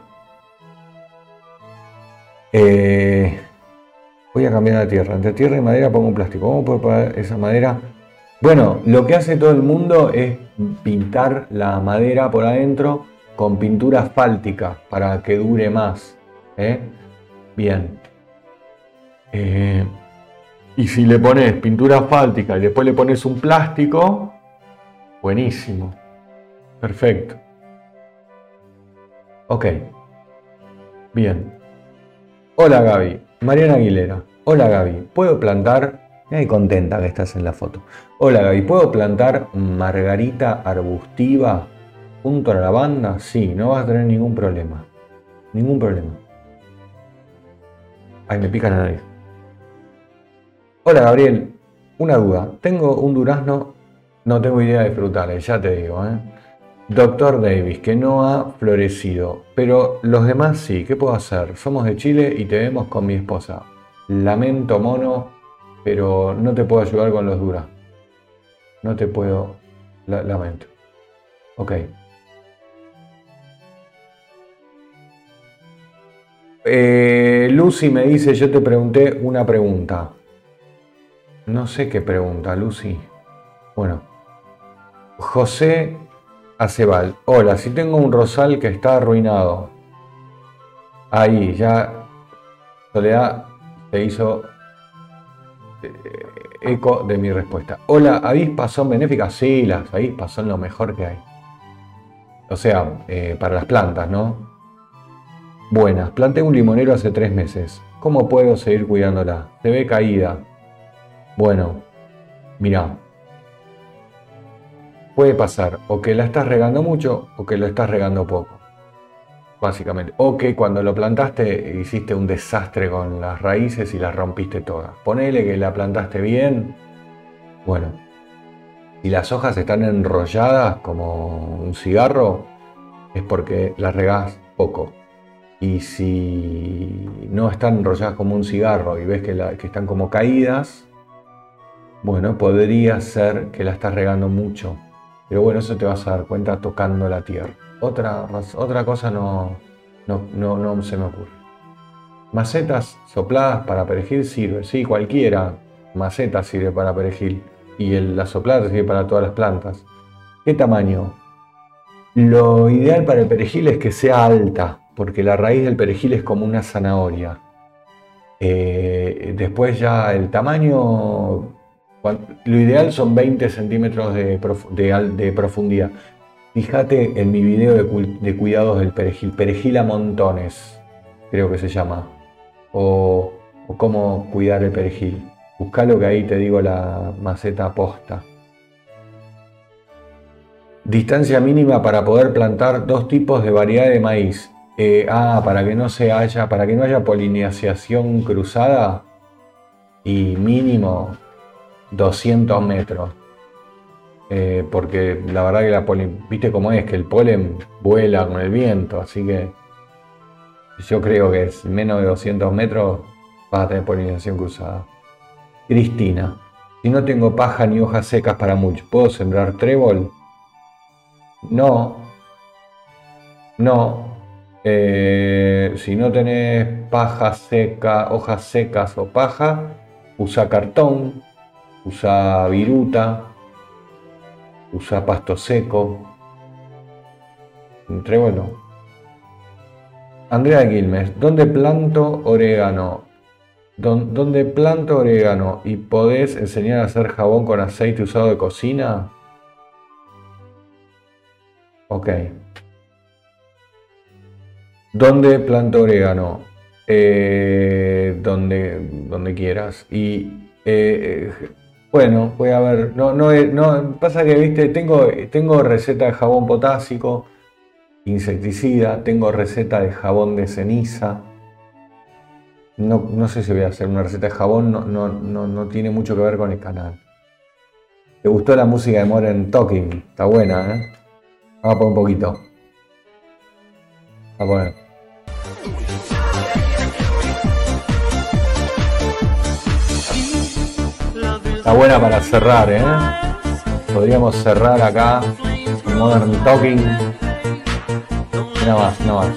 Eh, voy a cambiar la tierra. Entre tierra y madera pongo un plástico. ¿Cómo puedo preparar esa madera? Bueno, lo que hace todo el mundo es pintar la madera por adentro con pintura asfáltica para que dure más. ¿eh? Bien. Eh, y si le pones pintura asfáltica y después le pones un plástico, buenísimo. Perfecto. Ok. Bien. Hola Gaby. Mariana Aguilera. Hola Gaby. ¿Puedo plantar? Ay, contenta que estás en la foto. Hola Gaby. ¿Puedo plantar margarita arbustiva junto a la lavanda? Sí, no vas a tener ningún problema. Ningún problema. Ay, me pica la nariz. Hola Gabriel. Una duda. Tengo un durazno. No tengo idea de frutales, ya te digo, ¿eh? Doctor Davis, que no ha florecido, pero los demás sí. ¿Qué puedo hacer? Somos de Chile y te vemos con mi esposa. Lamento, mono, pero no te puedo ayudar con los duraznos. No te puedo... La, lamento. Ok. Eh, Lucy me dice, yo te pregunté una pregunta. No sé qué pregunta, Lucy. Bueno. José Acebal. Hola, si tengo un rosal que está arruinado. Ahí, ya Soledad se hizo eco de mi respuesta. Hola, ¿avispas son benéficas? Sí, las avispas son lo mejor que hay. O sea, eh, para las plantas, ¿no? Buenas, planté un limonero hace tres meses. ¿Cómo puedo seguir cuidándola? Se ve caída. Bueno, mirá. Puede pasar o que la estás regando mucho o que lo estás regando poco. Básicamente. O que cuando lo plantaste hiciste un desastre con las raíces y las rompiste todas. Ponele que la plantaste bien. Bueno, si las hojas están enrolladas como un cigarro, es porque las regás poco. Y si no están enrolladas como un cigarro y ves que, la, que están como caídas, bueno, podría ser que la estás regando mucho. Pero bueno, eso te vas a dar cuenta tocando la tierra. Otra, otra cosa no, no, no, no se me ocurre. Macetas sopladas para perejil sirve. Sí, cualquiera maceta sirve para perejil. Y el, la soplada sirve para todas las plantas. ¿Qué tamaño? Lo ideal para el perejil es que sea alta, porque la raíz del perejil es como una zanahoria. Eh, después ya el tamaño... Lo ideal son veinte centímetros de, prof, de, de profundidad. Fíjate en mi video de, cu de cuidados del perejil. Perejil a montones, creo que se llama. O, o cómo cuidar el perejil. Buscalo que ahí te digo la maceta posta. Distancia mínima para poder plantar dos tipos de variedad de maíz. Eh, ah, para que no se haya, para que no haya polinización cruzada. Y mínimo doscientos metros, eh, porque la verdad que la polen, viste cómo es, que el polen vuela con el viento, así que yo creo que es menos de doscientos metros vas a tener polinización cruzada. Cristina, si no tengo paja ni hojas secas para mucho, ¿puedo sembrar trébol? No, no, Eh, si no tenés paja seca, hojas secas o paja, usa cartón, usa viruta, usa pasto seco. Entre bueno. Andrea Quilmes, ¿dónde planto orégano? ¿Dónde planto orégano y podés enseñar a hacer jabón con aceite usado de cocina? Ok. ¿Dónde planto orégano? Eh, donde, donde quieras. Y eh, bueno, voy a ver. No, no, no, pasa que, viste, tengo, tengo receta de jabón potásico, insecticida, tengo receta de jabón de ceniza. No, no sé si voy a hacer una receta de jabón, no, no, no, no tiene mucho que ver con el canal. ¿Te gustó la música de Modern Talking? Está buena, ¿eh? Vamos a poner un poquito. Vamos a poner. Está buena para cerrar, ¿eh? Podríamos cerrar acá con Modern Talking. Nada más, nada más.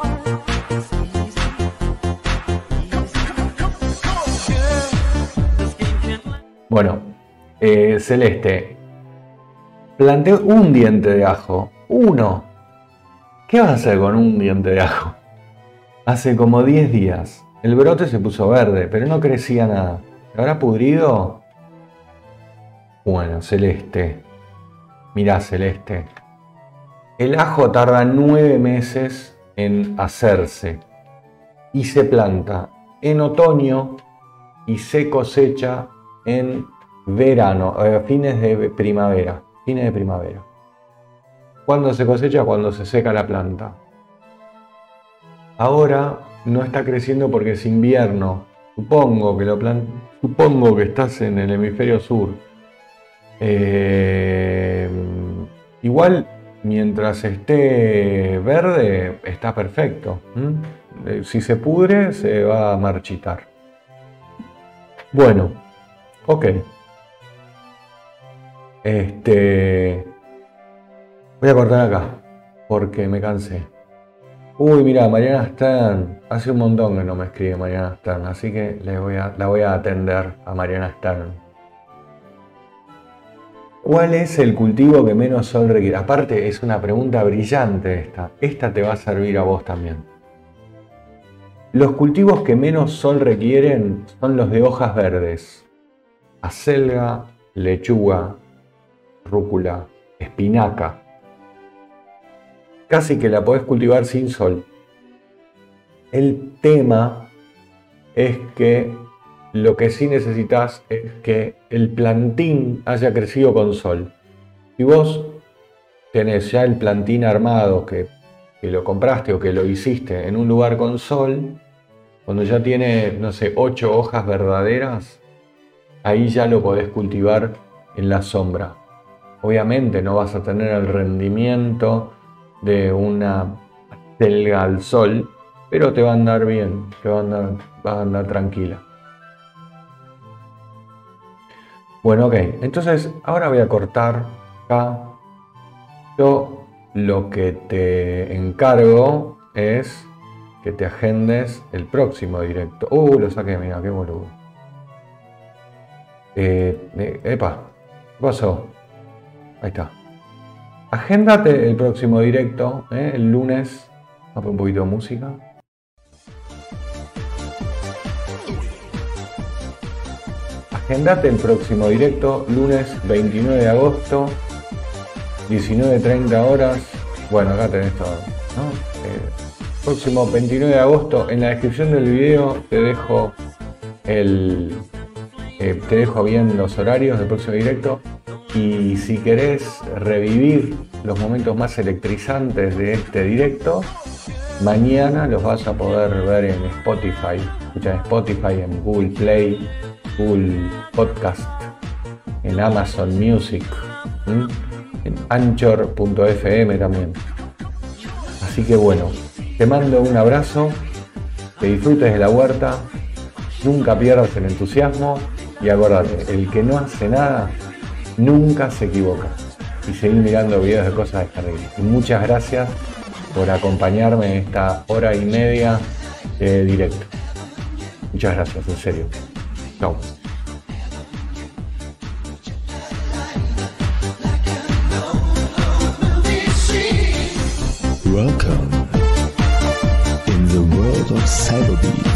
Bueno, eh, Celeste, planté un diente de ajo, uno. ¿Qué vas a hacer con un diente de ajo? Hace como diez días. El brote se puso verde, pero no crecía nada. ¿Se habrá pudrido? Bueno, Celeste. Mirá, Celeste. El ajo tarda nueve meses en hacerse y se planta en otoño y se cosecha en verano, a fines de primavera, fines de primavera. ¿Cuándo se cosecha? Cuando se seca la planta. Ahora no está creciendo porque es invierno. Supongo que lo plan... Supongo que estás en el hemisferio sur. Eh... Igual, mientras esté verde, está perfecto. ¿Mm? Si se pudre, se va a marchitar. Bueno, ok. Este... Voy a cortar acá, porque me cansé. Uy, mira, Mariana Stern. Hace un montón que no me escribe Mariana Stern, así que le voy a, la voy a atender a Mariana Stern. ¿Cuál es el cultivo que menos sol requiere? Aparte, es una pregunta brillante esta. Esta te va a servir a vos también. Los cultivos que menos sol requieren son los de hojas verdes. Acelga, lechuga, rúcula, espinaca. Casi que la podés cultivar sin sol. El tema es que lo que sí necesitas es que el plantín haya crecido con sol. Si vos tenés ya el plantín armado, que, que lo compraste o que lo hiciste en un lugar con sol, cuando ya tiene, no sé, ocho hojas verdaderas, ahí ya lo podés cultivar en la sombra. Obviamente no vas a tener el rendimiento de una acelga al sol, pero te va a andar bien, te va a andar, va a andar tranquila. Bueno, ok, entonces ahora voy a cortar acá. Yo lo que te encargo es que te agendes el próximo directo. Uh, lo saqué, mira, qué boludo. Eh, eh, epa, ¿qué pasó? Ahí está. Agéndate el próximo directo, ¿eh? El lunes. Vamos a poner un poquito de música. Agendate el próximo directo, lunes veintinueve de agosto, diecinueve treinta horas. Bueno, acá tenés todo, ¿no? Eh, próximo veintinueve de agosto. En la descripción del video te dejo el eh, te dejo bien los horarios del próximo directo. Y si querés revivir los momentos más electrizantes de este directo, mañana los vas a poder ver en Spotify. Escucha en Spotify, en Google Play, Google Podcast, en Amazon Music, ¿m? en Anchor punto f m también. Así que bueno, te mando un abrazo, que disfrutes de la huerta, nunca pierdas el entusiasmo y acuérdate, el que no hace nada nunca se equivoca. Y seguir mirando videos de cosas de jardín. Y muchas gracias por acompañarme en esta hora y media de directo. Muchas gracias, en serio. Chao. Welcome in the world of Cyberbeat.